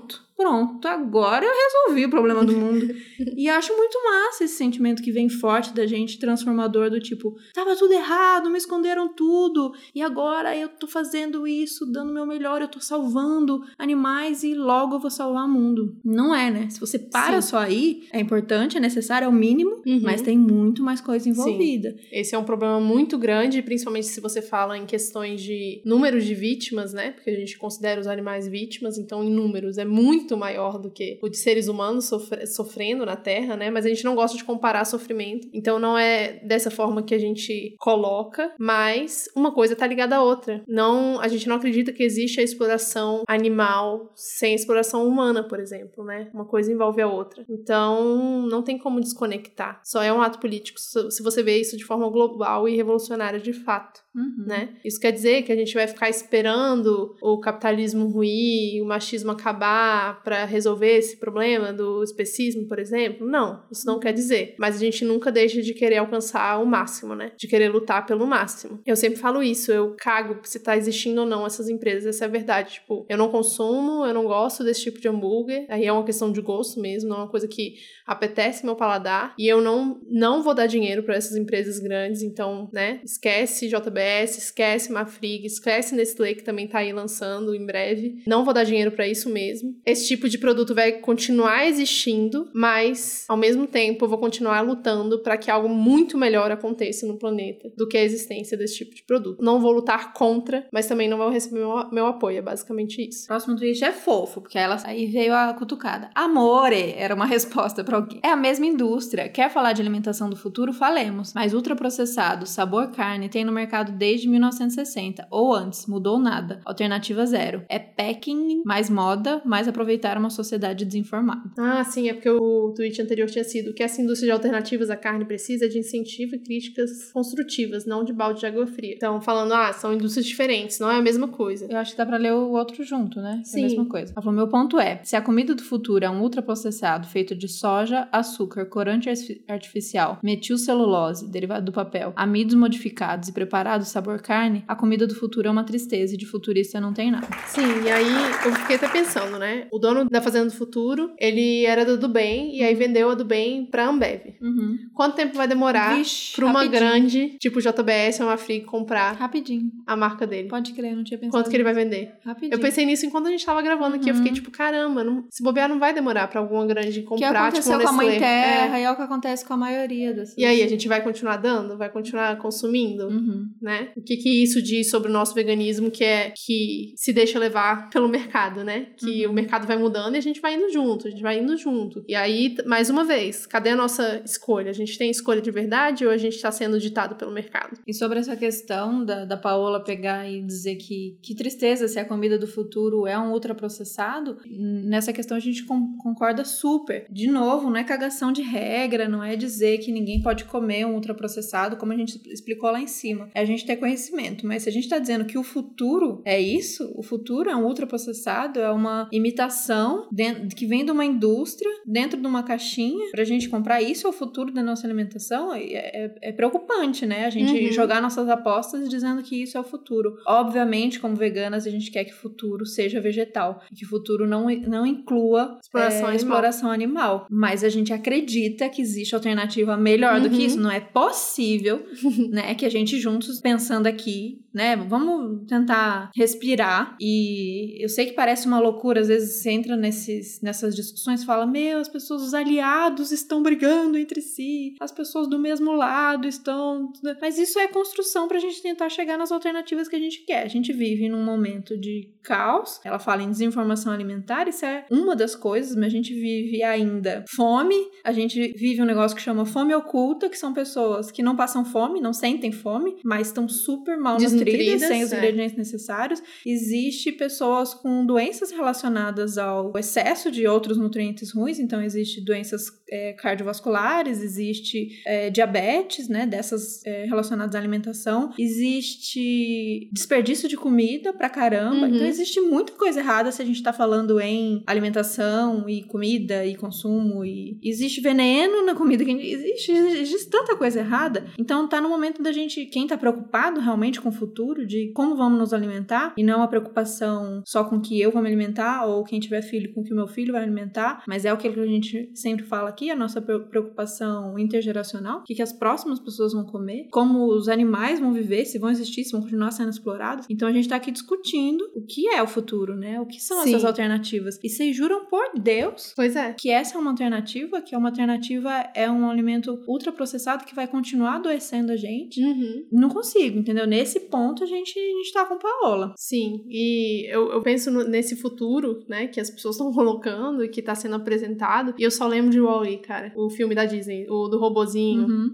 pronto, agora eu resolvi o problema do mundo. E acho muito massa esse sentimento que vem forte da gente, transformador, do tipo, tava tudo errado, me esconderam tudo, e agora eu tô fazendo isso, dando o meu melhor, eu tô salvando animais e logo eu vou salvar o mundo. Não é, né? Se você para Sim. só aí, é importante, é necessário, é o mínimo, uhum. mas tem muito mais coisa envolvida. Sim. Esse é um problema muito grande, principalmente se você fala em questões de números de vítimas, né? Porque a gente considera os animais vítimas, então em números é muito maior do que o de seres humanos sofre- sofrendo na Terra, né? Mas a gente não gosta de comparar sofrimento, então não é dessa forma que a gente coloca, mas uma coisa tá ligada à outra. Não, a gente não acredita que existe a exploração animal sem exploração humana, por exemplo, né? Uma coisa envolve a outra. Então, não tem como desconectar. Só é um ato político se você vê isso de forma global e revolucionária de fato, uhum. né? Isso quer dizer que a gente vai ficar esperando o capitalismo ruir, o machismo acabar para resolver esse problema do especismo, por exemplo? Não, isso não quer dizer. Mas a gente nunca deixa de querer alcançar o máximo, né? De querer lutar pelo máximo. Eu sempre falo isso, eu cago se tá existindo ou não essas empresas, essa é a verdade. Tipo, eu não consumo, eu não gosto desse tipo de hambúrguer, aí é uma questão de gosto mesmo, não é uma coisa que apetece meu paladar, e eu não, não vou dar dinheiro para essas empresas grandes, então, né, esquece J B S, esquece Marfrig, esquece Nestlé, que também tá aí lançando em breve, não vou dar dinheiro para isso mesmo. Esse tipo de produto vai continuar existindo, mas, ao mesmo tempo, eu vou continuar lutando para que algo muito melhor aconteça no planeta do que a existência desse tipo de produto. Não vou lutar contra, mas também não vou receber meu, meu apoio, é basicamente isso. Próximo tweet é fofo, porque ela aí veio a cutucada. Amore, era uma resposta pra alguém. É a mesma indústria. Quer falar de alimentação do futuro? Falemos. Mas ultraprocessado, sabor carne, tem no mercado desde mil novecentos e sessenta. Ou antes, mudou nada. Alternativa zero. É packing, mais moda, mais aproveitar uma sociedade desinformada. Ah, sim, é porque o tweet anterior tinha sido que essa indústria de alternativas à carne precisa de incentivo e críticas construtivas, não de balde de água fria. Então, falando, ah, são indústrias diferentes, não é a mesma coisa. Eu acho que dá pra ler o outro junto, né? Sim. É a mesma coisa. Ela falou, meu ponto é, se a comida do futuro é um ultraprocessado feito de soja, açúcar, corante artificial, metilcelulose, derivado do papel, amidos modificados e preparados sabor carne, a comida do futuro é uma tristeza e de futurista não tem nada. Sim, e aí eu fiquei até pensando, né? O dono da Fazenda do Futuro, ele era do Dubem e aí vendeu a Dubem pra Ambev. Uhum. Quanto tempo vai demorar Vixe, pra uma rapidinho. grande, tipo J B S ou uma Marfrig, comprar Rapidinho. a marca dele? Pode crer, não tinha pensado. Quanto que ele vai vender? Rapidinho. Eu pensei nisso enquanto a gente tava gravando aqui. Uhum. Eu fiquei tipo, caramba, não, se bobear não vai demorar pra alguma grande comprar, que aconteceu tipo, com a Mãe Terra é. e é o que acontece com a maioria das E aí, a gente vai continuar dando? Vai continuar consumindo? Uhum. Né? O que que isso diz sobre o nosso veganismo, que é que se deixa levar pelo mercado, né? Que uhum. o mercado vai mudando e a gente vai indo junto, a gente vai indo junto. E aí, mais uma vez, cadê a nossa escolha? A gente tem escolha de verdade ou a gente tá sendo ditado pelo mercado? E sobre essa questão da, da Paola pegar e dizer que que tristeza se a comida do futuro é um ultraprocessado, nessa questão a gente com, concorda super. De novo, não é cagação de regra, não é dizer que ninguém pode comer um ultraprocessado, como a gente explicou lá em cima. É a gente ter conhecimento, mas se a gente tá dizendo que o futuro é isso, o futuro é um ultraprocessado, é uma imitação de, que vem de uma indústria dentro de uma caixinha pra gente comprar. Isso é o futuro da nossa alimentação? É, é, é preocupante, né? A gente uhum. jogar nossas apostas dizendo que isso é o futuro. Obviamente, como veganas, a gente quer que o futuro seja vegetal e que o futuro não, não inclua exploração, é, animal. exploração animal. Mas a gente acredita que existe alternativa melhor uhum. do que isso. Não é possível, né? Que a gente juntos, pensando aqui, né? Vamos tentar respirar. E eu sei que parece uma loucura, às vezes você entra nesses, nessas discussões e fala, meu, as pessoas, os aliados estão brigando entre si, as pessoas do mesmo lado estão... Mas isso é construção pra gente tentar chegar nas alternativas que a gente quer. A gente vive num momento de caos, ela fala em desinformação alimentar, isso é uma das coisas, mas a gente vive ainda fome, a gente vive um negócio que chama fome oculta, que são pessoas que não passam fome, não sentem fome, mas estão super mal nutridas, sem os é. ingredientes necessários. Existe pessoas com doenças relacionadas ao excesso de outros nutrientes ruins, então existe doenças é, cardiovasculares, existe é, diabetes, né, dessas é, relacionadas à alimentação, existe desperdício de comida pra caramba, Uhum. então existe muita coisa errada se a gente tá falando em alimentação e comida e consumo, e existe veneno na comida, que existe, existe tanta coisa errada, então tá no momento da gente, quem tá preocupado realmente com o futuro, de como vamos nos alimentar, e não uma preocupação só com o que eu vou me alimentar, ou quem tiver filho com o que o meu filho vai alimentar, mas é o que a gente sempre fala aqui, a nossa preocupação intergeracional, o que, que as próximas pessoas vão comer, como os animais vão viver, se vão existir, se vão continuar sendo explorados. Então a gente tá aqui discutindo o que é o futuro, né? O que são Sim. essas alternativas. E vocês juram por Deus Pois é. que essa é uma alternativa, que é uma alternativa, é um alimento ultraprocessado que vai continuar adoecendo a gente? Uhum. Não consigo, entendeu? Nesse ponto a gente, a gente tá com Paola. Sim, e eu, eu penso no, nesse futuro, né, que as pessoas estão colocando e que tá sendo apresentado, e eu só lembro de Wall-E, cara, o filme da Disney, o do robozinho, Uhum.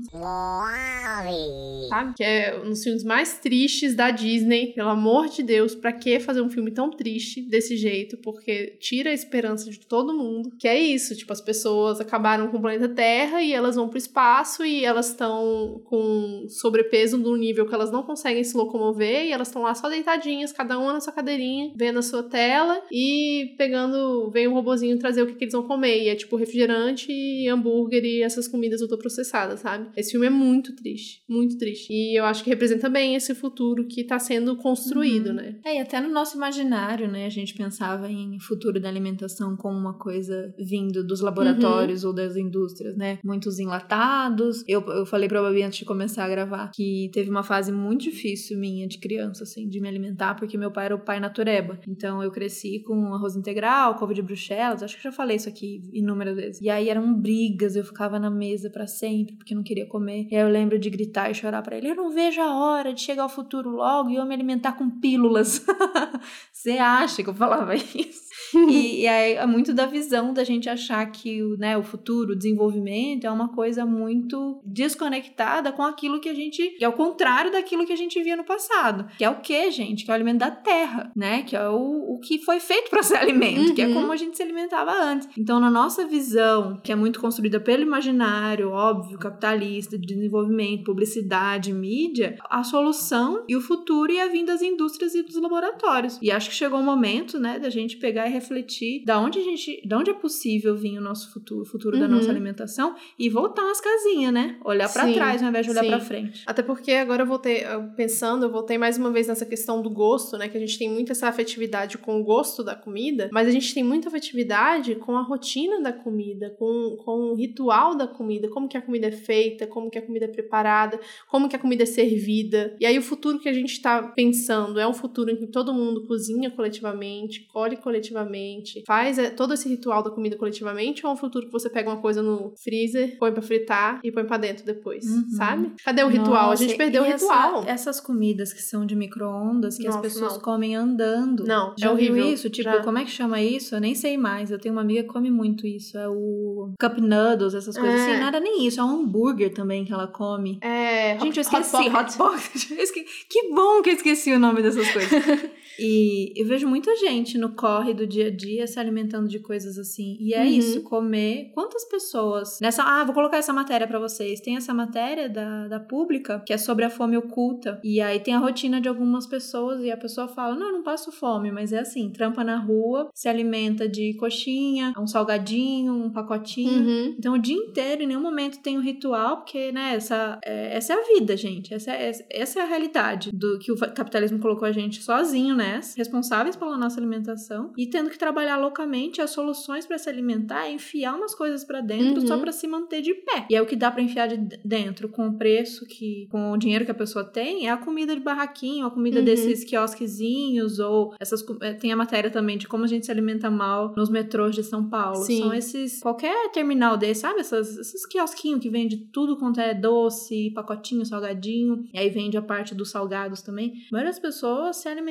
sabe? Que é um dos filmes mais tristes da Disney, pelo amor de Deus, pra que fazer um filme tão triste desse jeito? Porque tira a esperança de todo mundo, que é isso, tipo, as pessoas acabaram com o planeta Terra e elas vão pro espaço e elas estão com sobrepeso num nível que elas não conseguem se locomover e elas estão lá só deitadinhas, cada uma na sua cadeirinha, vendo a sua tela e pegando, vem um robozinho trazer o que, que eles vão comer, e é tipo refrigerante e hambúrguer e essas comidas ultraprocessadas, sabe? Esse filme é muito triste, muito triste. E eu acho que representa bem esse futuro que tá sendo construído, uhum. né? É, e até no nosso imaginário, né, a gente pensava em futuro da alimentação como uma coisa vindo dos laboratórios uhum. ou das indústrias, né? Muitos enlatados. Eu, eu falei pra Babi antes de começar a gravar que teve uma fase muito difícil minha de criança, assim, de me alimentar, porque meu pai era o pai natureba. Então eu cresci com arroz integral, couve de bruxelas, acho que eu já falei isso aqui inúmeras vezes. E aí eram brigas, eu ficava na mesa pra sempre, porque eu não queria comer. E aí eu lembro de gritar e chorar pra ele, eu não vejo a hora de chegar ao futuro logo e eu me alimentar com pílulas. Você acha que eu falava isso? e, e aí é muito da visão da gente achar que o, né, o futuro, o desenvolvimento é uma coisa muito desconectada com aquilo que a gente, que é o contrário daquilo que a gente via no passado, que é o que, gente? Que é o alimento da terra, né? Que é o, o que foi feito para ser alimento, uhum. que é como a gente se alimentava antes. Então, na nossa visão, que é muito construída pelo imaginário, óbvio, capitalista, de desenvolvimento, publicidade, mídia, a solução e o futuro ia vir das indústrias e dos laboratórios. E acho que chegou o momento, né, da gente pegar e refletir da onde a gente, da onde é possível vir o nosso futuro, o futuro uhum. da nossa alimentação e voltar umas casinhas, né? Olhar pra trás ao invés de olhar sim. pra frente. Até porque agora eu voltei, pensando, eu voltei mais uma vez nessa questão do gosto, né? Que a gente tem muito essa afetividade com o gosto da comida, mas a gente tem muita afetividade com a rotina da comida, com, com o ritual da comida, como que a comida é feita, como que a comida é preparada, como que a comida é servida. E aí o futuro que a gente tá pensando é um futuro em que todo mundo cozinha coletivamente, colhe coletivamente, faz todo esse ritual da comida coletivamente, ou é um futuro que você pega uma coisa no freezer, põe pra fritar e põe pra dentro depois, uhum. sabe? Cadê o ritual? Nossa, a gente perdeu o ritual. Essa, essas comidas que são de micro-ondas, que Nossa, as pessoas não. comem andando. Não, já é horrível. Viu isso? Tipo, já. Como é que chama isso? Eu nem sei mais. Eu tenho uma amiga que come muito isso. É o cup noodles, essas coisas é. assim. Nada nem isso. É um hambúrguer também que ela come. É... Gente, hot, eu esqueci. Hot pocket. Que bom que eu esqueci o nome dessas coisas. E eu vejo muita gente no corre do dia a dia se alimentando de coisas assim. E é uhum. isso, comer. Quantas pessoas... Nessa, ah, vou colocar essa matéria pra vocês. Tem essa matéria da, da Pública, que é sobre a fome oculta. E aí tem a rotina de algumas pessoas e a pessoa fala, não, eu não passo fome. Mas é assim, trampa na rua, se alimenta de coxinha, um salgadinho, um pacotinho. Uhum. Então o dia inteiro, em nenhum momento tem um ritual, porque, né, essa é, essa é a vida, gente. Essa é, essa é a realidade do que o capitalismo colocou a gente sozinho, né? Responsáveis pela nossa alimentação e tendo que trabalhar loucamente as soluções para se alimentar e enfiar umas coisas para dentro uhum. só para se manter de pé. E é o que dá para enfiar de dentro com o preço que, com o dinheiro que a pessoa tem, é a comida de barraquinho, a comida uhum. desses quiosquezinhos, ou essas, tem a matéria também de como a gente se alimenta mal nos metrôs de São Paulo. Sim. São esses, qualquer terminal desse, sabe? Essas, esses quiosquinhos que vende tudo quanto é doce, pacotinho, salgadinho, e aí vende a parte dos salgados também. A maioria das pessoas se alimenta de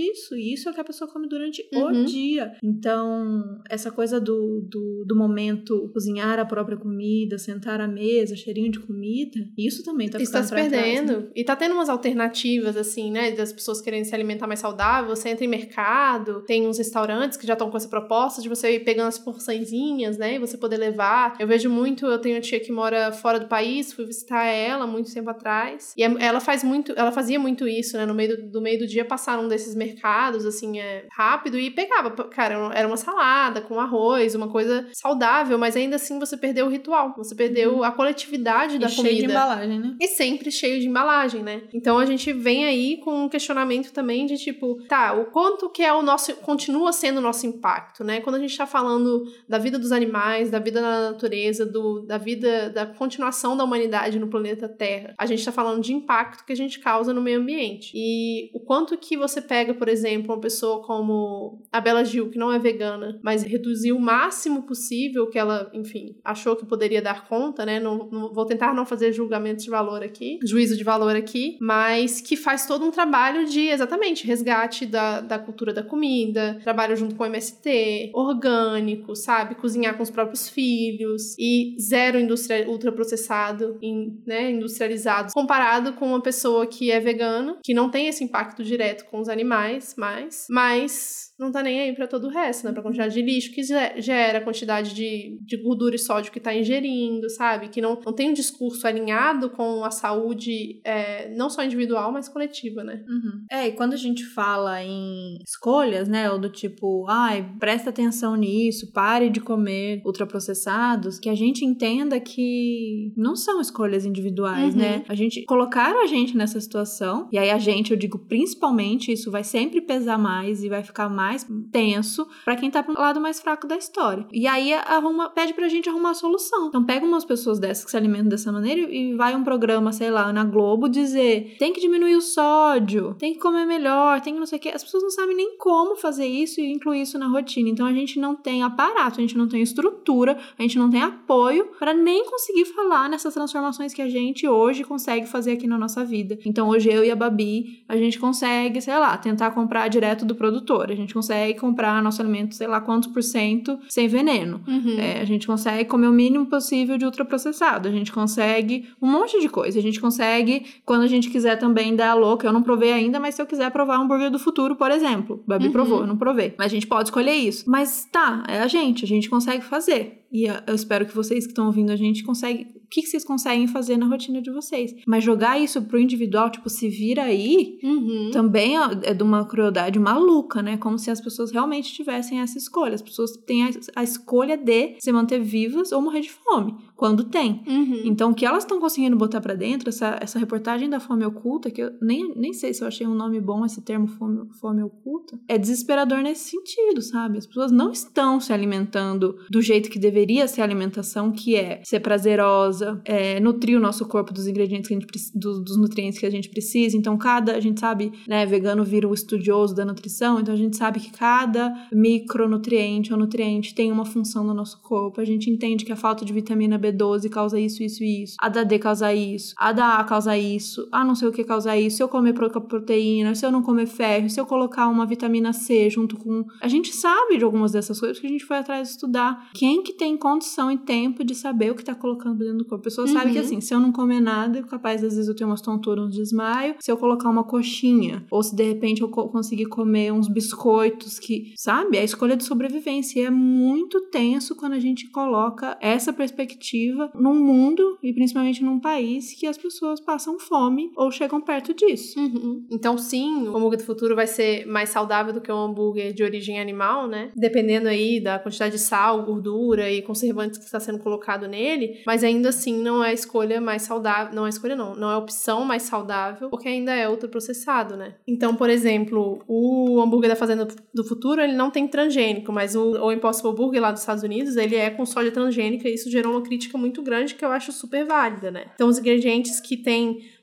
isso. E isso é o que a pessoa come durante uhum. o dia. Então, essa coisa do, do, do momento cozinhar a própria comida, sentar à mesa, cheirinho de comida, isso também tá ficando isso tá se pra perdendo. trás, né? E tá tendo umas alternativas, assim, né? Das pessoas querendo se alimentar mais saudável. Você entra em mercado, tem uns restaurantes que já estão com essa proposta de você ir pegando as porçõezinhas, né? E você poder levar. Eu vejo muito, eu tenho uma tia que mora fora do país, fui visitar ela muito tempo atrás. E ela faz muito, ela fazia muito isso, né? No meio do, do meio do dia, passar um desses mercados, assim, é, rápido e pegava. Cara, era uma salada com arroz, uma coisa saudável, mas ainda assim você perdeu o ritual. Você perdeu uhum. a coletividade e da comida. Cheio de embalagem, né? E sempre cheio de embalagem, né? Então a gente vem aí com um questionamento também de tipo, tá, o quanto que é o nosso, continua sendo o nosso impacto, né? Quando a gente tá falando da vida dos animais, da vida na natureza, do, da vida, da continuação da humanidade no planeta Terra, a gente tá falando de impacto que a gente causa no meio ambiente. E o quanto que você pega, por exemplo, uma pessoa como a Bela Gil, que não é vegana, mas reduziu o máximo possível que ela, enfim, achou que poderia dar conta, né? Não, não, vou tentar não fazer julgamento de valor aqui, juízo de valor aqui, mas que faz todo um trabalho de, exatamente, resgate da, da cultura da comida, trabalho junto com o M S T, orgânico, sabe? Cozinhar com os próprios filhos e zero indústria ultraprocessado, in, né? industrializado, comparado com uma pessoa que é vegana, que não tem esse impacto direto com os animais, mas, mas não tá nem aí pra todo o resto, né? Pra quantidade de lixo que gera, a quantidade de, de gordura e sódio que tá ingerindo, sabe? Que não, não tem um discurso alinhado com a saúde, é, não só individual, mas coletiva, né? Uhum. É, e quando a gente fala em escolhas, né? Ou do tipo, ai, presta atenção nisso, pare de comer ultraprocessados, que a gente entenda que não são escolhas individuais, uhum. né? A gente, colocaram a gente nessa situação, e aí a gente, eu digo principalmente, isso vai sempre pesar mais e vai ficar mais mais tenso pra quem tá pro lado mais fraco da história. E aí arruma, pede pra gente arrumar a solução. Então pega umas pessoas dessas que se alimentam dessa maneira e vai um programa, sei lá, na Globo dizer, tem que diminuir o sódio, tem que comer melhor, tem que não sei o que. As pessoas não sabem nem como fazer isso e incluir isso na rotina. Então a gente não tem aparato, a gente não tem estrutura, a gente não tem apoio pra nem conseguir falar nessas transformações que a gente hoje consegue fazer aqui na nossa vida. Então hoje eu e a Babi, a gente consegue, sei lá, tentar comprar direto do produtor. A gente consegue comprar nosso alimento, sei lá quantos por cento, sem veneno. Uhum. É, a gente consegue comer o mínimo possível de ultraprocessado. A gente consegue um monte de coisa. A gente consegue, quando a gente quiser também dar a louca, eu não provei ainda, mas se eu quiser provar um hambúrguer do futuro, por exemplo. Babi uhum. provou, eu não provei. Mas a gente pode escolher isso. Mas tá, é a gente, a gente consegue fazer. E eu espero que vocês que estão ouvindo a gente conseguem... O que, que vocês conseguem fazer na rotina de vocês? Mas jogar isso pro individual, tipo, se vira aí, uhum. também é de uma crueldade maluca, né? Como se as pessoas realmente tivessem essa escolha. As pessoas têm a, a escolha de se manter vivas ou morrer de fome, quando tem. Uhum. Então, o que elas estão conseguindo botar pra dentro, essa, essa reportagem da fome oculta, que eu nem, nem sei se eu achei um nome bom, esse termo fome, fome oculta, é desesperador nesse sentido, sabe? As pessoas não estão se alimentando do jeito que deveria ser a alimentação, que é ser prazerosa, é, nutrir o nosso corpo dos ingredientes que a gente dos, dos nutrientes que a gente precisa. Então cada, a gente sabe, né, vegano vira o estudioso da nutrição, então a gente sabe que cada micronutriente ou nutriente tem uma função no nosso corpo. A gente entende que a falta de vitamina B doze causa isso, isso e isso, a da D causa isso, a da A causa isso, a não sei o que causa isso, se eu comer proteína, se eu não comer ferro, se eu colocar uma vitamina C junto com... A gente sabe de algumas dessas coisas que a gente foi atrás de estudar. Quem que tem condição e tempo de saber o que tá colocando dentro do corpo? A pessoa uhum. sabe que assim, se eu não comer nada, capaz às vezes eu tenho umas tonturas, uns desmaio, se eu colocar uma coxinha, ou se de repente eu co- conseguir comer uns biscoitos que, sabe? É a escolha de sobrevivência. E é muito tenso quando a gente coloca essa perspectiva num mundo, e principalmente num país, que as pessoas passam fome ou chegam perto disso. Uhum. Então sim, o hambúrguer do futuro vai ser mais saudável do que um hambúrguer de origem animal, né? Dependendo aí da quantidade de sal, gordura e conservantes que está sendo colocado nele, mas ainda assim não é a escolha mais saudável, não é escolha não, não é a opção mais saudável, porque ainda é ultraprocessado, né? Então, por exemplo, o hambúrguer da Fazenda do Futuro, ele não tem transgênico, mas o, o Impossible Burger lá dos Estados Unidos, ele é com soja transgênica, e isso gerou uma crítica muito grande que eu acho super válida, né? Então, os ingredientes que tem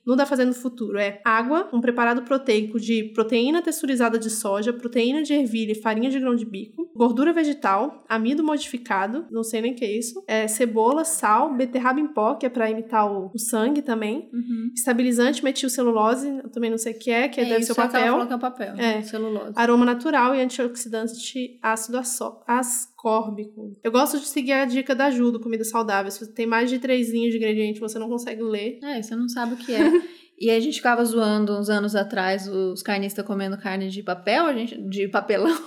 no da Fazenda do Futuro é água, um preparado proteico de proteína texturizada de soja, proteína de ervilha e farinha de grão de bico, gordura vegetal, amido modificado, não sei nem o que é isso, é, cebola, sal, beterraba em pó, que é pra imitar o, o sangue também, Uhum. estabilizante, metilcelulose, eu também não sei o que é, que É deve isso, ser o só que ela papel, falou que é o papel, É. celulose. aroma natural e antioxidante ácido asó- ascórbico. Eu gosto de seguir a dica da Ju, do Comida Saudável. Se você tem mais de três linhas de ingrediente, você não consegue ler. É, você não sabe o que é. E aí a gente ficava zoando uns anos atrás os carnistas comendo carne de papel, a gente, de papelão.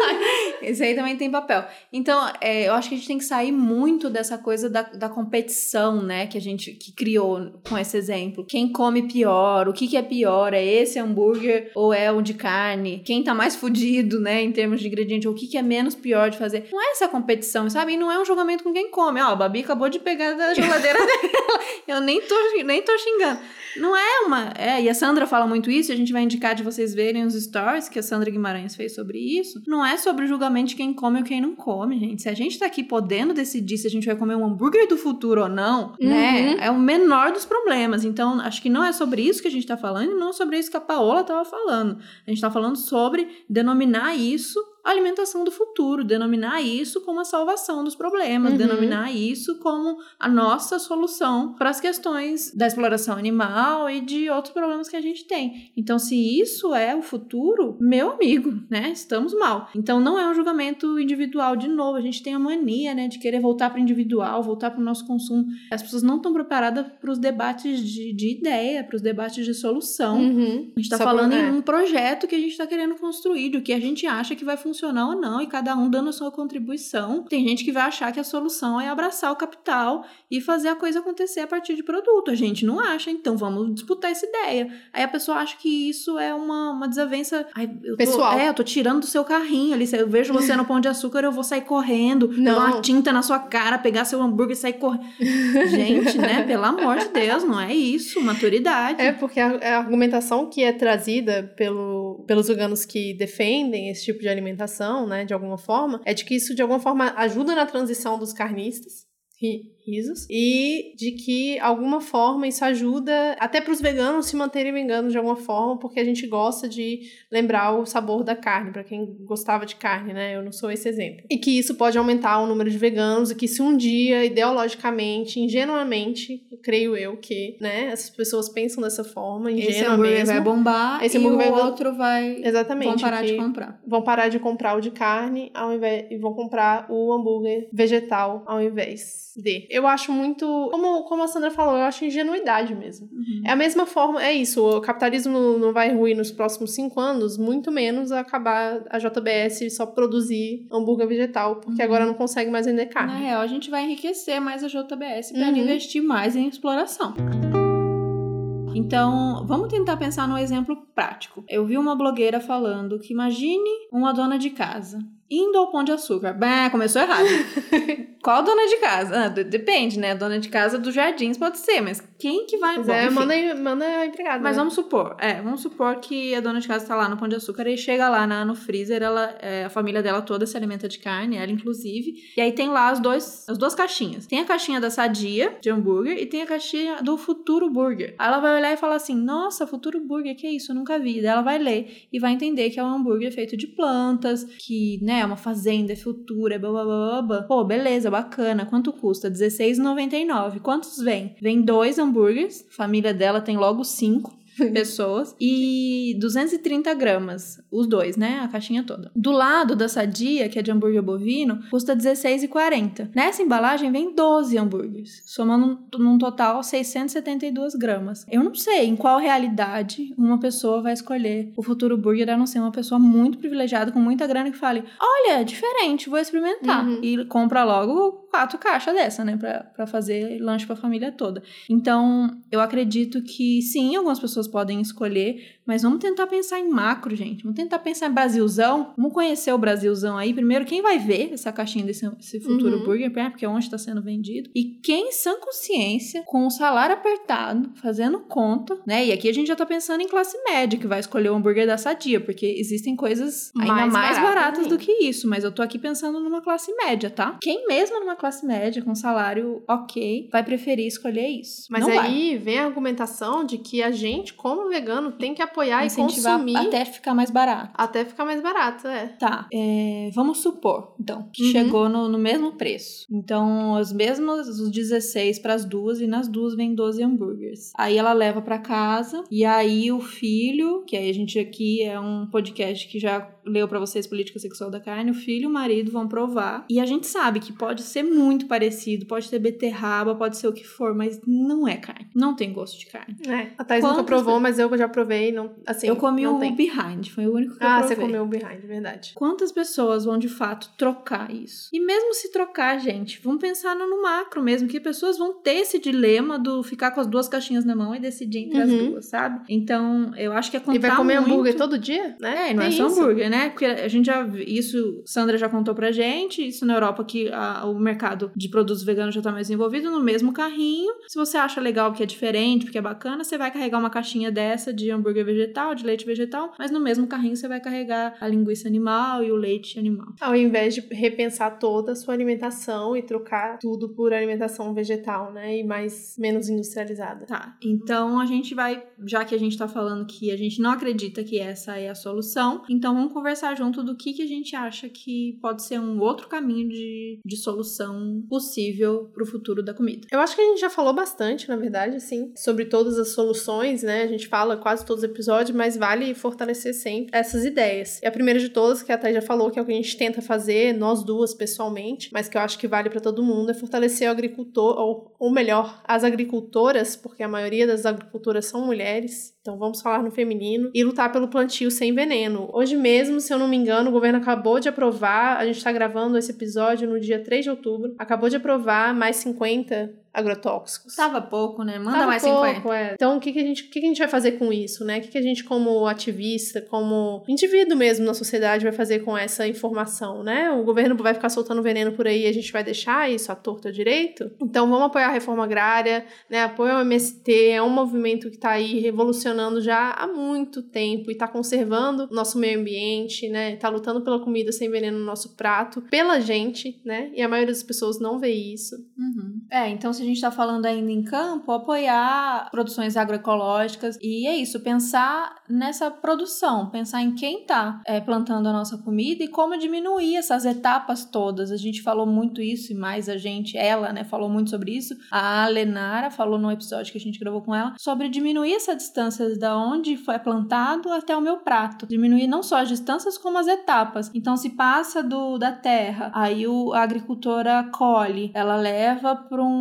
Esse aí também tem papel. Então, é, eu acho que a gente tem que sair muito dessa coisa da, da competição, né? Que a gente que criou com esse exemplo. Quem come pior? O que, que é pior? É esse hambúrguer ou é o de carne? Quem tá mais fudido, né? Em termos de ingrediente? O que, que é menos pior de fazer? Não é essa competição, sabe? E não é um julgamento com quem come. Ó, a Babi acabou de pegar da geladeira dela. Eu nem tô, nem tô xingando. Não é uma... É, e a Sandra fala muito isso, e a gente vai indicar de vocês verem os stories que a Sandra Guimarães fez sobre isso. Não é sobre o julgamento de quem come ou quem não come, gente. Se a gente tá aqui podendo decidir se a gente vai comer um hambúrguer do futuro ou não, Uhum. né? É o menor dos problemas. Então, acho que não é sobre isso que a gente tá falando, e não é sobre isso que a Paola tava falando. A gente tá falando sobre denominar isso alimentação do futuro, denominar isso como a salvação dos problemas, Uhum. denominar isso como a nossa solução para as questões da exploração animal e de outros problemas que a gente tem. Então, se isso é o futuro, meu amigo, né, estamos mal. Então, não é um julgamento individual de novo, a gente tem a mania, né, de querer voltar para o individual, voltar para o nosso consumo. As pessoas não estão preparadas para os debates de, de ideia, para os debates de solução. Uhum. A gente tá Só falando pra- em é. um projeto que a gente tá querendo construir, do que a gente acha que vai funcionar ou não, e cada um dando a sua contribuição. Tem gente que vai achar que a solução é abraçar o capital e fazer a coisa acontecer a partir de produto. A gente não acha, então vamos disputar essa ideia. Aí a pessoa acha que isso é uma, uma desavença... Ai, eu tô, Pessoal. É, eu tô tirando do seu carrinho ali. Se eu vejo você no Pão de Açúcar, eu vou sair correndo, Não. jogar uma tinta na sua cara, pegar seu hambúrguer e sair correndo. Gente, né? Pelo amor de Deus, não é isso. Maturidade. É, porque a, a argumentação que é trazida pelo, pelos veganos que defendem esse tipo de alimentação, né, de alguma forma, é de que isso, de alguma forma, ajuda na transição dos carnistas, ri- risos, e de que, alguma forma, isso ajuda até para os veganos se manterem veganos de alguma forma, porque a gente gosta de lembrar o sabor da carne, para quem gostava de carne, né, eu não sou esse exemplo. E que isso pode aumentar o número de veganos, e que se um dia, ideologicamente, ingenuamente, creio eu que, né, essas pessoas pensam dessa forma, Esse ingênua hambúrguer mesmo. vai bombar Esse e o hambúrguer vai- outro vai... Exatamente. Vão parar que de comprar. Vão parar de comprar o de carne ao invés, e vão comprar o hambúrguer vegetal ao invés de. Eu acho muito, como, como a Sandra falou, eu acho ingenuidade mesmo. Uhum. É a mesma forma, é isso, o capitalismo não vai ruir nos próximos cinco anos, muito menos acabar a J B S só produzir hambúrguer vegetal, porque Uhum. agora não consegue mais vender Na carne. real, a gente vai enriquecer mais a J B S para Uhum. investir mais em exploração. Então, vamos tentar pensar num exemplo prático. Eu vi uma blogueira falando que imagine uma dona de casa indo ao Pão de Açúcar. Bah, começou errado. Qual dona de casa? Ah, d- depende, né? Dona de casa dos jardins pode ser, mas quem que vai... Mas Bom, é, enfim. manda, aí- manda a empregada. Mas né? vamos supor, é, vamos supor que a dona de casa tá lá no Pão de Açúcar e chega lá na, no freezer, ela, é, a família dela toda se alimenta de carne, ela inclusive, e aí tem lá as, dois, as duas caixinhas. Tem a caixinha da Sadia, de hambúrguer, e tem a caixinha do Futuro Burger. Aí ela vai olhar e falar assim, nossa, Futuro Burger, que é isso? Eu nunca vi. Daí ela vai ler e vai entender que é um hambúrguer feito de plantas, que, né, é uma fazenda, é futura, blá, blá, blá, blá, blá. Pô, beleza, bacana. Quanto custa? dezesseis reais e noventa e nove centavos. Quantos vem? Vem dois hambúrgueres, a família dela tem logo cinco pessoas, e duzentos e trinta gramas, os dois, né, a caixinha toda. Do lado da Sadia, que é de hambúrguer bovino, custa dezesseis reais e quarenta centavos. Nessa embalagem vem doze hambúrgueres, somando num total seiscentos e setenta e duas gramas. Eu não sei em qual realidade uma pessoa vai escolher o Futuro Burger, a não ser uma pessoa muito privilegiada, com muita grana, que fale, olha, diferente, vou experimentar. Uhum. E compra logo quatro caixas dessa, né, pra, pra fazer lanche pra família toda. Então, eu acredito que sim, algumas pessoas podem escolher, mas vamos tentar pensar em macro, gente. Vamos tentar pensar em Brasilzão. Vamos conhecer o Brasilzão aí. Primeiro, quem vai ver essa caixinha desse, desse Futuro Uhum. Burger, né, porque é onde está sendo vendido. E quem, sã consciência, com o salário apertado, fazendo conta, né? E aqui a gente já tá pensando em classe média, que vai escolher o hambúrguer da Sadia, porque existem coisas ainda Mais mais baratas baratas ainda. do que isso. Mas eu tô aqui pensando numa classe média, tá? Quem mesmo numa classe classe média, com salário ok, vai preferir escolher isso. Mas Não aí vai. vem a argumentação de que a gente, como vegano, tem que apoiar Incentivar e consumir até ficar mais barato. até ficar mais barato, é. Tá, é, vamos supor, então, que Uhum. chegou no, no mesmo preço. Então, as mesmas, os dezesseis para as duas, e nas duas vem doze hambúrgueres. Aí ela leva para casa, e aí o filho, que aí a gente aqui é um podcast que já leu para vocês Política Sexual da Carne, o filho e o marido vão provar. E a gente sabe que pode ser muito parecido, pode ter beterraba, pode ser o que for, mas não é carne. Não tem gosto de carne. É, a Thaís Quantas nunca provou, pe- mas eu já provei, não, assim, eu comi não o tem. behind, foi o único que eu Ah, provei. você comeu o behind, verdade. Quantas pessoas vão de fato trocar isso? E mesmo se trocar, gente, vamos pensar no, no macro mesmo, que pessoas vão ter esse dilema do ficar com as duas caixinhas na mão e decidir entre as Uhum. duas, sabe? Então, eu acho que é contar E vai comer muito... hambúrguer todo dia, né? É, não Tem é só isso. hambúrguer, né? Porque a gente já... Isso, Sandra já contou pra gente, isso na Europa que a, o mercado de produtos veganos já tá mais envolvido no mesmo carrinho. Se você acha legal porque é diferente, porque é bacana, você vai carregar uma caixinha dessa de hambúrguer vegetal, de leite vegetal, mas no mesmo carrinho você vai carregar a linguiça animal e o leite animal. Ao invés de repensar toda a sua alimentação e trocar tudo por alimentação vegetal, né? E mais, menos industrializada. Tá, então a gente vai, já que a gente tá falando que a gente não acredita que essa é a solução, então vamos conversar junto do que, que a gente acha que pode ser um outro caminho de, de solução possível pro futuro da comida. Eu acho que a gente já falou bastante, na verdade, assim, sobre todas as soluções, né? A gente fala quase todos os episódios, mas vale fortalecer sempre essas ideias. E a primeira de todas, que a Thay já falou, que é o que a gente tenta fazer, nós duas pessoalmente, mas que eu acho que vale pra todo mundo, é fortalecer o agricultor, ou, ou melhor, as agricultoras, porque a maioria das agricultoras são mulheres, então vamos falar no feminino, e lutar pelo plantio sem veneno. Hoje mesmo, se eu não me engano, o governo acabou de aprovar, a gente tá gravando esse episódio no dia três de outubro, acabou de aprovar mais cinquenta agrotóxicos. Tava pouco, né? Manda Tava mais pouco, cinquenta. É. Então, o que, que, a gente, o que, que a gente vai fazer com isso, né? O que, que a gente, como ativista, como indivíduo mesmo na sociedade, vai fazer com essa informação, né? O governo vai ficar soltando veneno por aí e a gente vai deixar isso à torta ao direito? Então, vamos apoiar a reforma agrária, né? Apoio ao M S T, é um movimento que tá aí revolucionando já há muito tempo e tá conservando o nosso meio ambiente, né? Tá lutando pela comida sem veneno no nosso prato, pela gente, né? E a maioria das pessoas não vê isso. Uhum. É, então se a gente tá falando ainda em campo, apoiar produções agroecológicas e é isso, pensar nessa produção, pensar em quem tá é, plantando a nossa comida e como diminuir essas etapas todas. A gente falou muito isso e mais a gente, ela, né, falou muito sobre isso. A Lenara falou no episódio que a gente gravou com ela sobre diminuir essa distância da onde foi plantado até o meu prato. Diminuir não só as distâncias como as etapas. Então se passa do, da terra, aí o, a agricultora colhe, ela leva para um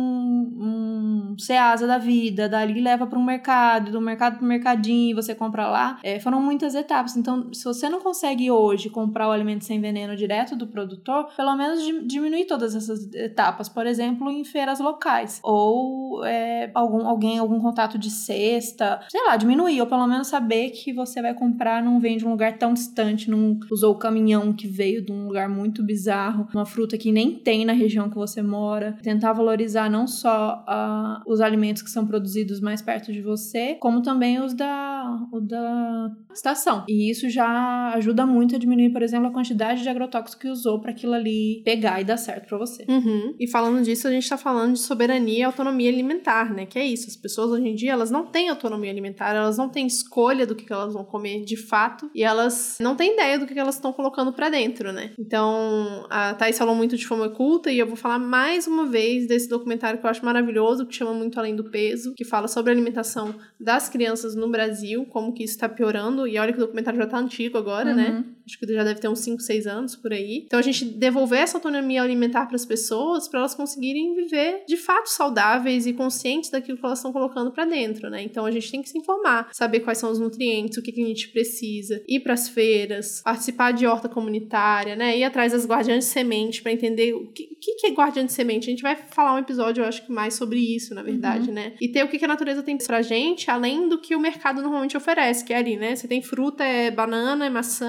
um Ceasa da vida, dali leva para um mercado, do mercado para o mercadinho, você compra lá. É, foram muitas etapas. Então, se você não consegue hoje comprar o alimento sem veneno direto do produtor, pelo menos diminuir todas essas etapas. Por exemplo, em feiras locais. Ou é, algum, alguém, algum contato de cesta. Sei lá, diminuir. Ou pelo menos saber que você vai comprar, não vem de um lugar tão distante, não usou o caminhão que veio de um lugar muito bizarro, uma fruta que nem tem na região que você mora. Tentar valorizar não só uh, os alimentos que são produzidos mais perto de você, como também os da, o da estação. E isso já ajuda muito a diminuir, por exemplo, a quantidade de agrotóxicos que usou para aquilo ali pegar e dar certo para você. Uhum. E falando disso, a gente tá falando de soberania e autonomia alimentar, né? Que é isso, as pessoas hoje em dia, elas não têm autonomia alimentar, elas não têm escolha do que elas vão comer de fato, e elas não têm ideia do que elas estão colocando para dentro, né? Então, a Thaís falou muito de fome oculta, e eu vou falar mais uma vez desse documentário que eu acho maravilhoso, que chama Muito Além do Peso, que fala sobre a alimentação das crianças no Brasil, como que isso tá piorando, e olha que o documentário já tá antigo agora, uhum. né? Acho que já deve ter uns cinco, seis anos por aí. Então a gente devolver essa autonomia alimentar para as pessoas, para elas conseguirem viver de fato saudáveis e conscientes daquilo que elas estão colocando para dentro, né? Então a gente tem que se informar, saber quais são os nutrientes, o que, que a gente precisa, ir para as feiras, participar de horta comunitária, né? Ir atrás das guardiãs de semente para entender o que, o que é guardiã de semente. A gente vai falar um episódio, eu acho que mais sobre isso, na verdade, uhum. né? E ter o que a natureza tem pra gente, além do que o mercado normalmente oferece, que é ali, né? Você tem fruta, é banana, é maçã, é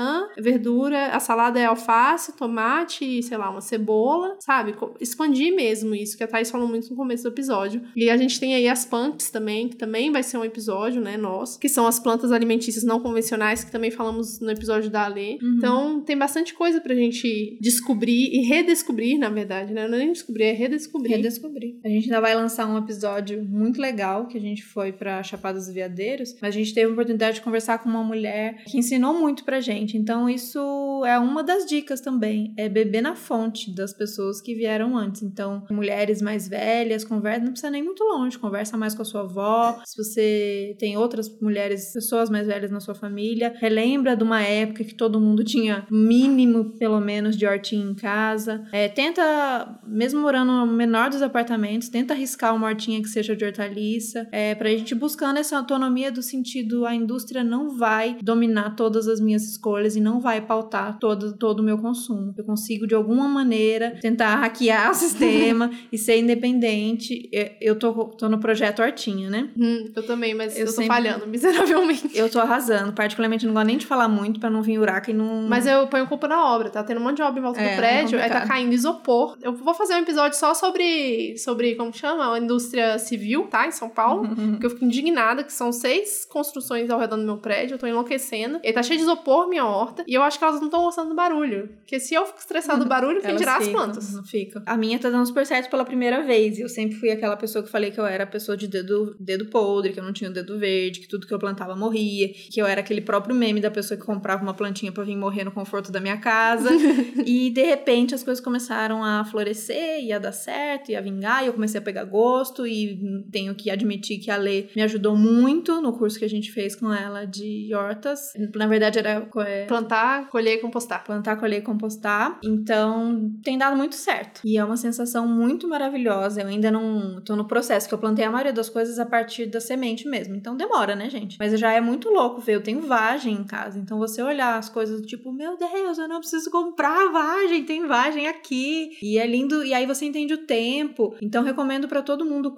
verdura, a salada é alface, tomate e, sei lá, uma cebola, sabe? Expandir mesmo isso, que a Thaís falou muito no começo do episódio. E a gente tem aí as punks também, que também vai ser um episódio, né, nosso, que são as plantas alimentícias não convencionais, que também falamos no episódio da Alê. Uhum. Então, tem bastante coisa pra gente descobrir e redescobrir, na verdade, né? Não é nem descobrir, é redescobrir. Redescobrir. A gente ainda vai lançar um episódio muito legal, que a gente foi pra Chapada dos Veadeiros, mas a gente teve a oportunidade de conversar com uma mulher que ensinou muito pra gente. Então, isso é uma das dicas também, é beber na fonte das pessoas que vieram antes. Então, mulheres mais velhas, conversa, não precisa nem muito longe, conversa mais com a sua avó. Se você tem outras mulheres, pessoas mais velhas na sua família, relembra de uma época que todo mundo tinha mínimo, pelo menos, de hortinha em casa. É, tenta, mesmo morando no menor dos apartamentos, tenta arriscar uma hortinha que seja de hortaliça, é, pra gente buscando essa autonomia do sentido, a indústria não vai dominar todas as minhas escolhas e não vai pautar todo, todo o meu consumo. Eu consigo, de alguma maneira, tentar hackear o sistema e ser independente. Eu tô, tô no projeto Hortinha, né? Hum, eu também, mas eu, eu tô sempre... falhando miseravelmente. Eu tô arrasando. Particularmente, não gosto nem de falar muito pra não vir uraca e não... Mas eu ponho culpa na obra, tá tendo um monte de obra em volta é, do prédio, aí tá caindo isopor. Eu vou fazer um episódio só sobre, sobre como chama? A indústria civil, tá? Em São Paulo. Uhum. Porque eu fico indignada que são seis construções ao redor do meu prédio, eu tô enlouquecendo. E tá cheio de isopor, minha horta. E eu acho que elas não estão gostando do barulho. Porque se eu fico estressada do barulho, quem dirá as plantas? Não fica. A minha tá dando super certo pela primeira vez. E eu sempre fui aquela pessoa que falei que eu era a pessoa de dedo, dedo podre, que eu não tinha o dedo verde, que tudo que eu plantava morria, que eu era aquele próprio meme da pessoa que comprava uma plantinha pra vir morrer no conforto da minha casa. E, de repente, as coisas começaram a florescer, e a dar certo, e a vingar, e eu comecei a pegar gosto, e tenho que admitir que a Lê me ajudou muito no curso que a gente fez com ela de hortas. Na verdade, era... É, plantar, colher e compostar. Plantar, colher e compostar. Então, tem dado muito certo. E é uma sensação muito maravilhosa. Eu ainda não tô no processo, que eu plantei a maioria das coisas a partir da semente mesmo. Então, demora, né, gente? Mas já é muito louco ver. Eu tenho vagem em casa. Então, você olhar as coisas tipo, meu Deus, eu não preciso comprar vagem. Tem vagem aqui. E é lindo. E aí você entende o tempo. Então, recomendo pra todo mundo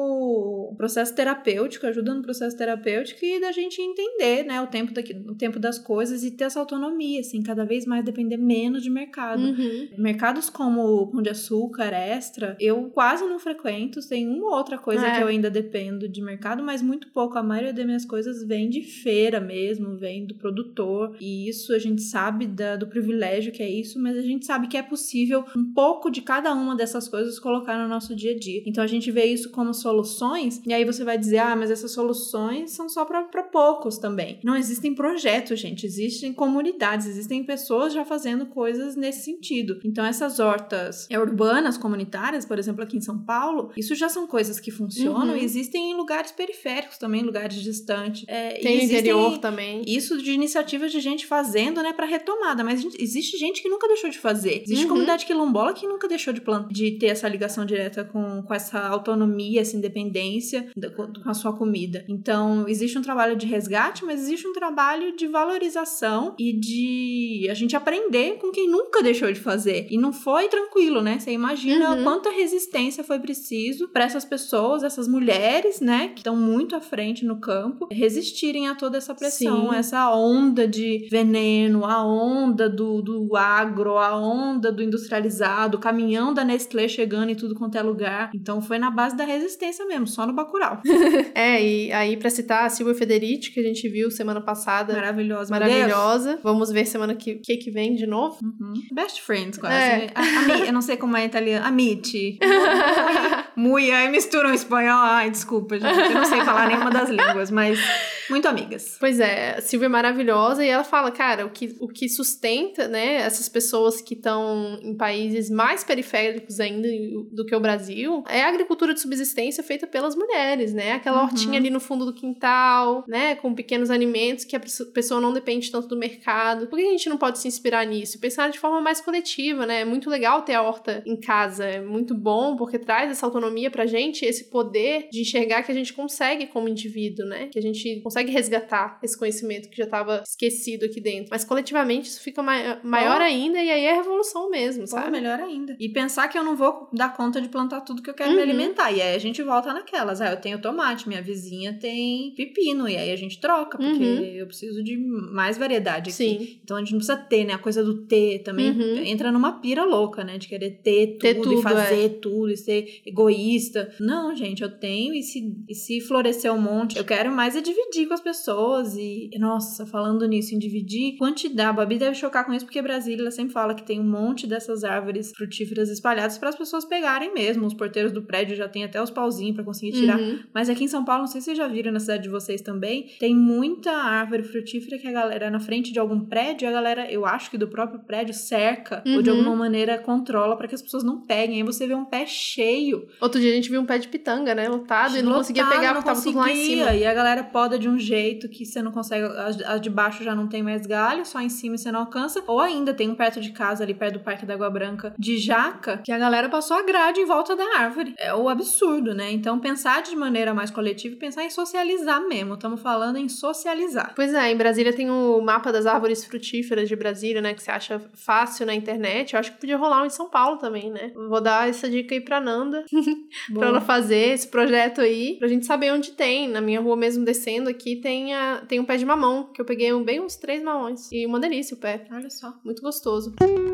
como processo terapêutico, ajuda no processo terapêutico e da gente entender, né, o tempo, daqui, o tempo das coisas e ter essa autonomia, assim, cada vez mais depender menos de mercado. Uhum. Mercados como Pão de Açúcar, Extra, eu quase não frequento, tem uma ou outra coisa é. que eu ainda dependo de mercado, mas muito pouco. A maioria das minhas coisas vem de feira mesmo, vem do produtor, e isso a gente sabe da, do privilégio que é isso, mas a gente sabe que é possível um pouco de cada uma dessas coisas colocar no nosso dia a dia. Então a gente vê isso como soluções, e aí você vai dizer, ah, mas essas soluções são só para poucos também. Não existem projetos, gente, existem comunidades, existem pessoas já fazendo coisas nesse sentido. Então essas hortas urbanas, comunitárias, por exemplo, aqui em São Paulo, isso já são coisas que funcionam, uhum. e existem em lugares periféricos também, lugares distantes. É, Tem no interior também. Isso de iniciativas de gente fazendo, né, para retomada, mas existe gente que nunca deixou de fazer. Existe uhum. comunidade quilombola que nunca deixou de, plant- de ter essa ligação direta com, com essa autonomia, essa independência da, com a sua comida. Então, existe um trabalho de resgate, mas existe um trabalho de valorização e de a gente aprender com quem nunca deixou de fazer. E não foi tranquilo, né? Você imagina uhum. o quanta resistência foi preciso para essas pessoas, essas mulheres, né, que estão muito à frente no campo, resistirem a toda essa pressão, Sim. essa onda de veneno, a onda do, do agro, a onda do industrializado, o caminhão da Nestlé chegando em tudo quanto é lugar. Então foi na base da resistência mesmo, só no Bacurau. É, e aí pra citar a Silvia Federici, que a gente viu semana passada. Maravilhosa. Maravilhosa. Vamos ver semana que, que, que vem de novo. Uhum. Best friends, quase. É. A, a, eu não sei como é italiano. Amici. Muia, aí misturam espanhol. Ai, desculpa, gente. Eu não sei falar nenhuma das línguas, mas muito amigas. Pois é, a Silvia é maravilhosa e ela fala, cara, o que, o que sustenta, né, essas pessoas que estão em países mais periféricos ainda do que o Brasil, é a agricultura de subsistência feita pelas mulheres, né? Aquela uhum. hortinha ali no fundo do quintal, né, com pequenos alimentos que a pessoa não depende tanto do mercado. Por que a gente não pode se inspirar nisso? Pensar de forma mais coletiva, né? É muito legal ter a horta em casa, é muito bom porque traz essa autonomia pra gente, esse poder de enxergar que a gente consegue como indivíduo, né? Que a gente consegue consegue resgatar esse conhecimento que já estava esquecido aqui dentro. Mas coletivamente isso fica mai- maior oh. ainda, e aí é revolução mesmo, sabe? Oh, melhor ainda. E pensar que eu não vou dar conta de plantar tudo que eu quero uhum. me alimentar. E aí a gente volta naquelas. Ah, eu tenho tomate, minha vizinha tem pepino. E aí a gente troca, porque uhum. eu preciso de mais variedade aqui. Sim. Então a gente não precisa ter, né? A coisa do ter também uhum. entra numa pira louca, né? De querer ter tudo, ter tudo e fazer é. tudo, e ser egoísta. Não, gente, eu tenho, e se, e se florescer um monte, eu quero mais é dividir com as pessoas. E, nossa, falando nisso, em dividir, quantidade. A Babi deve chocar com isso, porque Brasília ela sempre fala que tem um monte dessas árvores frutíferas espalhadas para as pessoas pegarem mesmo. Os porteiros do prédio já tem até os pauzinhos para conseguir tirar. Uhum. Mas aqui em São Paulo, não sei se vocês já viram na cidade de vocês também, tem muita árvore frutífera que a galera, na frente de algum prédio, a galera, eu acho que do próprio prédio, cerca uhum. ou de alguma maneira controla para que as pessoas não peguem. Aí você vê um pé cheio. Outro dia a gente viu um pé de pitanga, né? Lotado, e não lotado, conseguia pegar porque tava tudo lá em cima. E a galera poda de um jeito que você não consegue, as, as de baixo já não tem mais galho, só em cima você não alcança. Ou ainda tem um perto de casa, ali perto do Parque da Água Branca, de jaca, que a galera passou a grade em volta da árvore. É o absurdo, né? Então pensar de maneira mais coletiva e pensar em socializar mesmo. Estamos falando em socializar. Pois é, em Brasília tem o mapa das árvores frutíferas de Brasília, né? Que você acha fácil na internet. Eu acho que podia rolar um em São Paulo também, né? Vou dar essa dica aí pra Nanda, pra ela fazer esse projeto aí, pra gente saber onde tem. Na minha rua mesmo, descendo aqui, tem, a, tem um pé de mamão, que eu peguei um, bem uns três mamões. E uma delícia o pé. Olha só. Muito gostoso.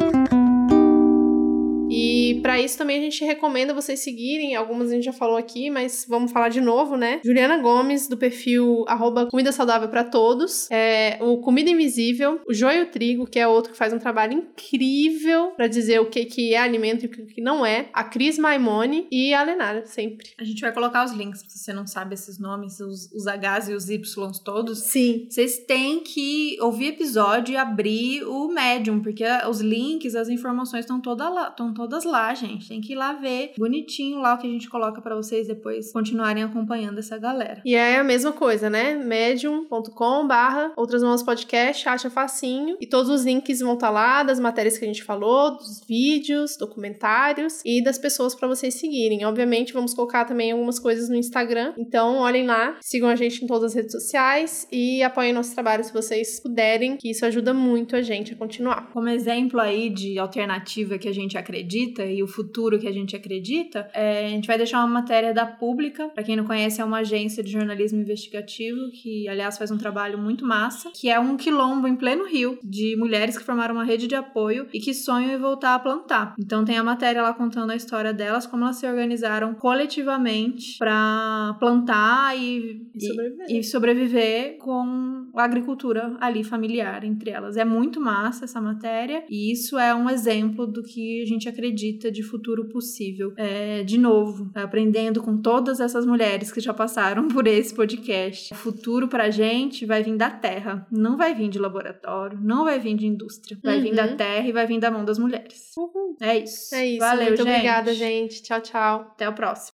E pra isso também a gente recomenda vocês seguirem, algumas a gente já falou aqui, mas vamos falar de novo, né? Juliana Gomes, do perfil arroba Comida Saudável pra Todos, é, o Comida Invisível, o Joio Trigo, que é outro que faz um trabalho incrível pra dizer o que, que é alimento e o que não é, a Cris Maimone e a Lenara, sempre. A gente vai colocar os links, se você não sabe esses nomes, os, os H's e os Y's todos. Sim. Vocês têm que ouvir episódio e abrir o Medium, porque os links, as informações estão todas lá, estão todas lá, gente. Tem que ir lá ver bonitinho lá o que a gente coloca pra vocês depois continuarem acompanhando essa galera. E é a mesma coisa, né? medium ponto com barra Outras Mãos Podcast, acha facinho. E todos os links vão estar lá, das matérias que a gente falou, dos vídeos, documentários e das pessoas pra vocês seguirem. Obviamente, vamos colocar também algumas coisas no Instagram. Então, olhem lá, sigam a gente em todas as redes sociais e apoiem nosso trabalho se vocês puderem, que isso ajuda muito a gente a continuar. Como exemplo aí de alternativa que a gente acredita e o futuro que a gente acredita, é, a gente vai deixar uma matéria da Pública. Pra quem não conhece, é uma agência de jornalismo investigativo que, aliás, faz um trabalho muito massa, que é um quilombo em pleno Rio de mulheres que formaram uma rede de apoio e que sonham em voltar a plantar. Então tem a matéria lá contando a história delas, como elas se organizaram coletivamente pra plantar e, e, sobreviver. e, e sobreviver com a agricultura ali familiar entre elas. É muito massa essa matéria e isso é um exemplo do que a gente acredita de futuro possível. É, de novo, aprendendo com todas essas mulheres que já passaram por esse podcast. O futuro pra gente vai vir da terra, não vai vir de laboratório, não vai vir de indústria. Vai uhum. vir da terra e vai vir da mão das mulheres. Uhum. É isso. É isso. Valeu, Muito gente. obrigada, gente. Tchau, tchau. Até o próximo.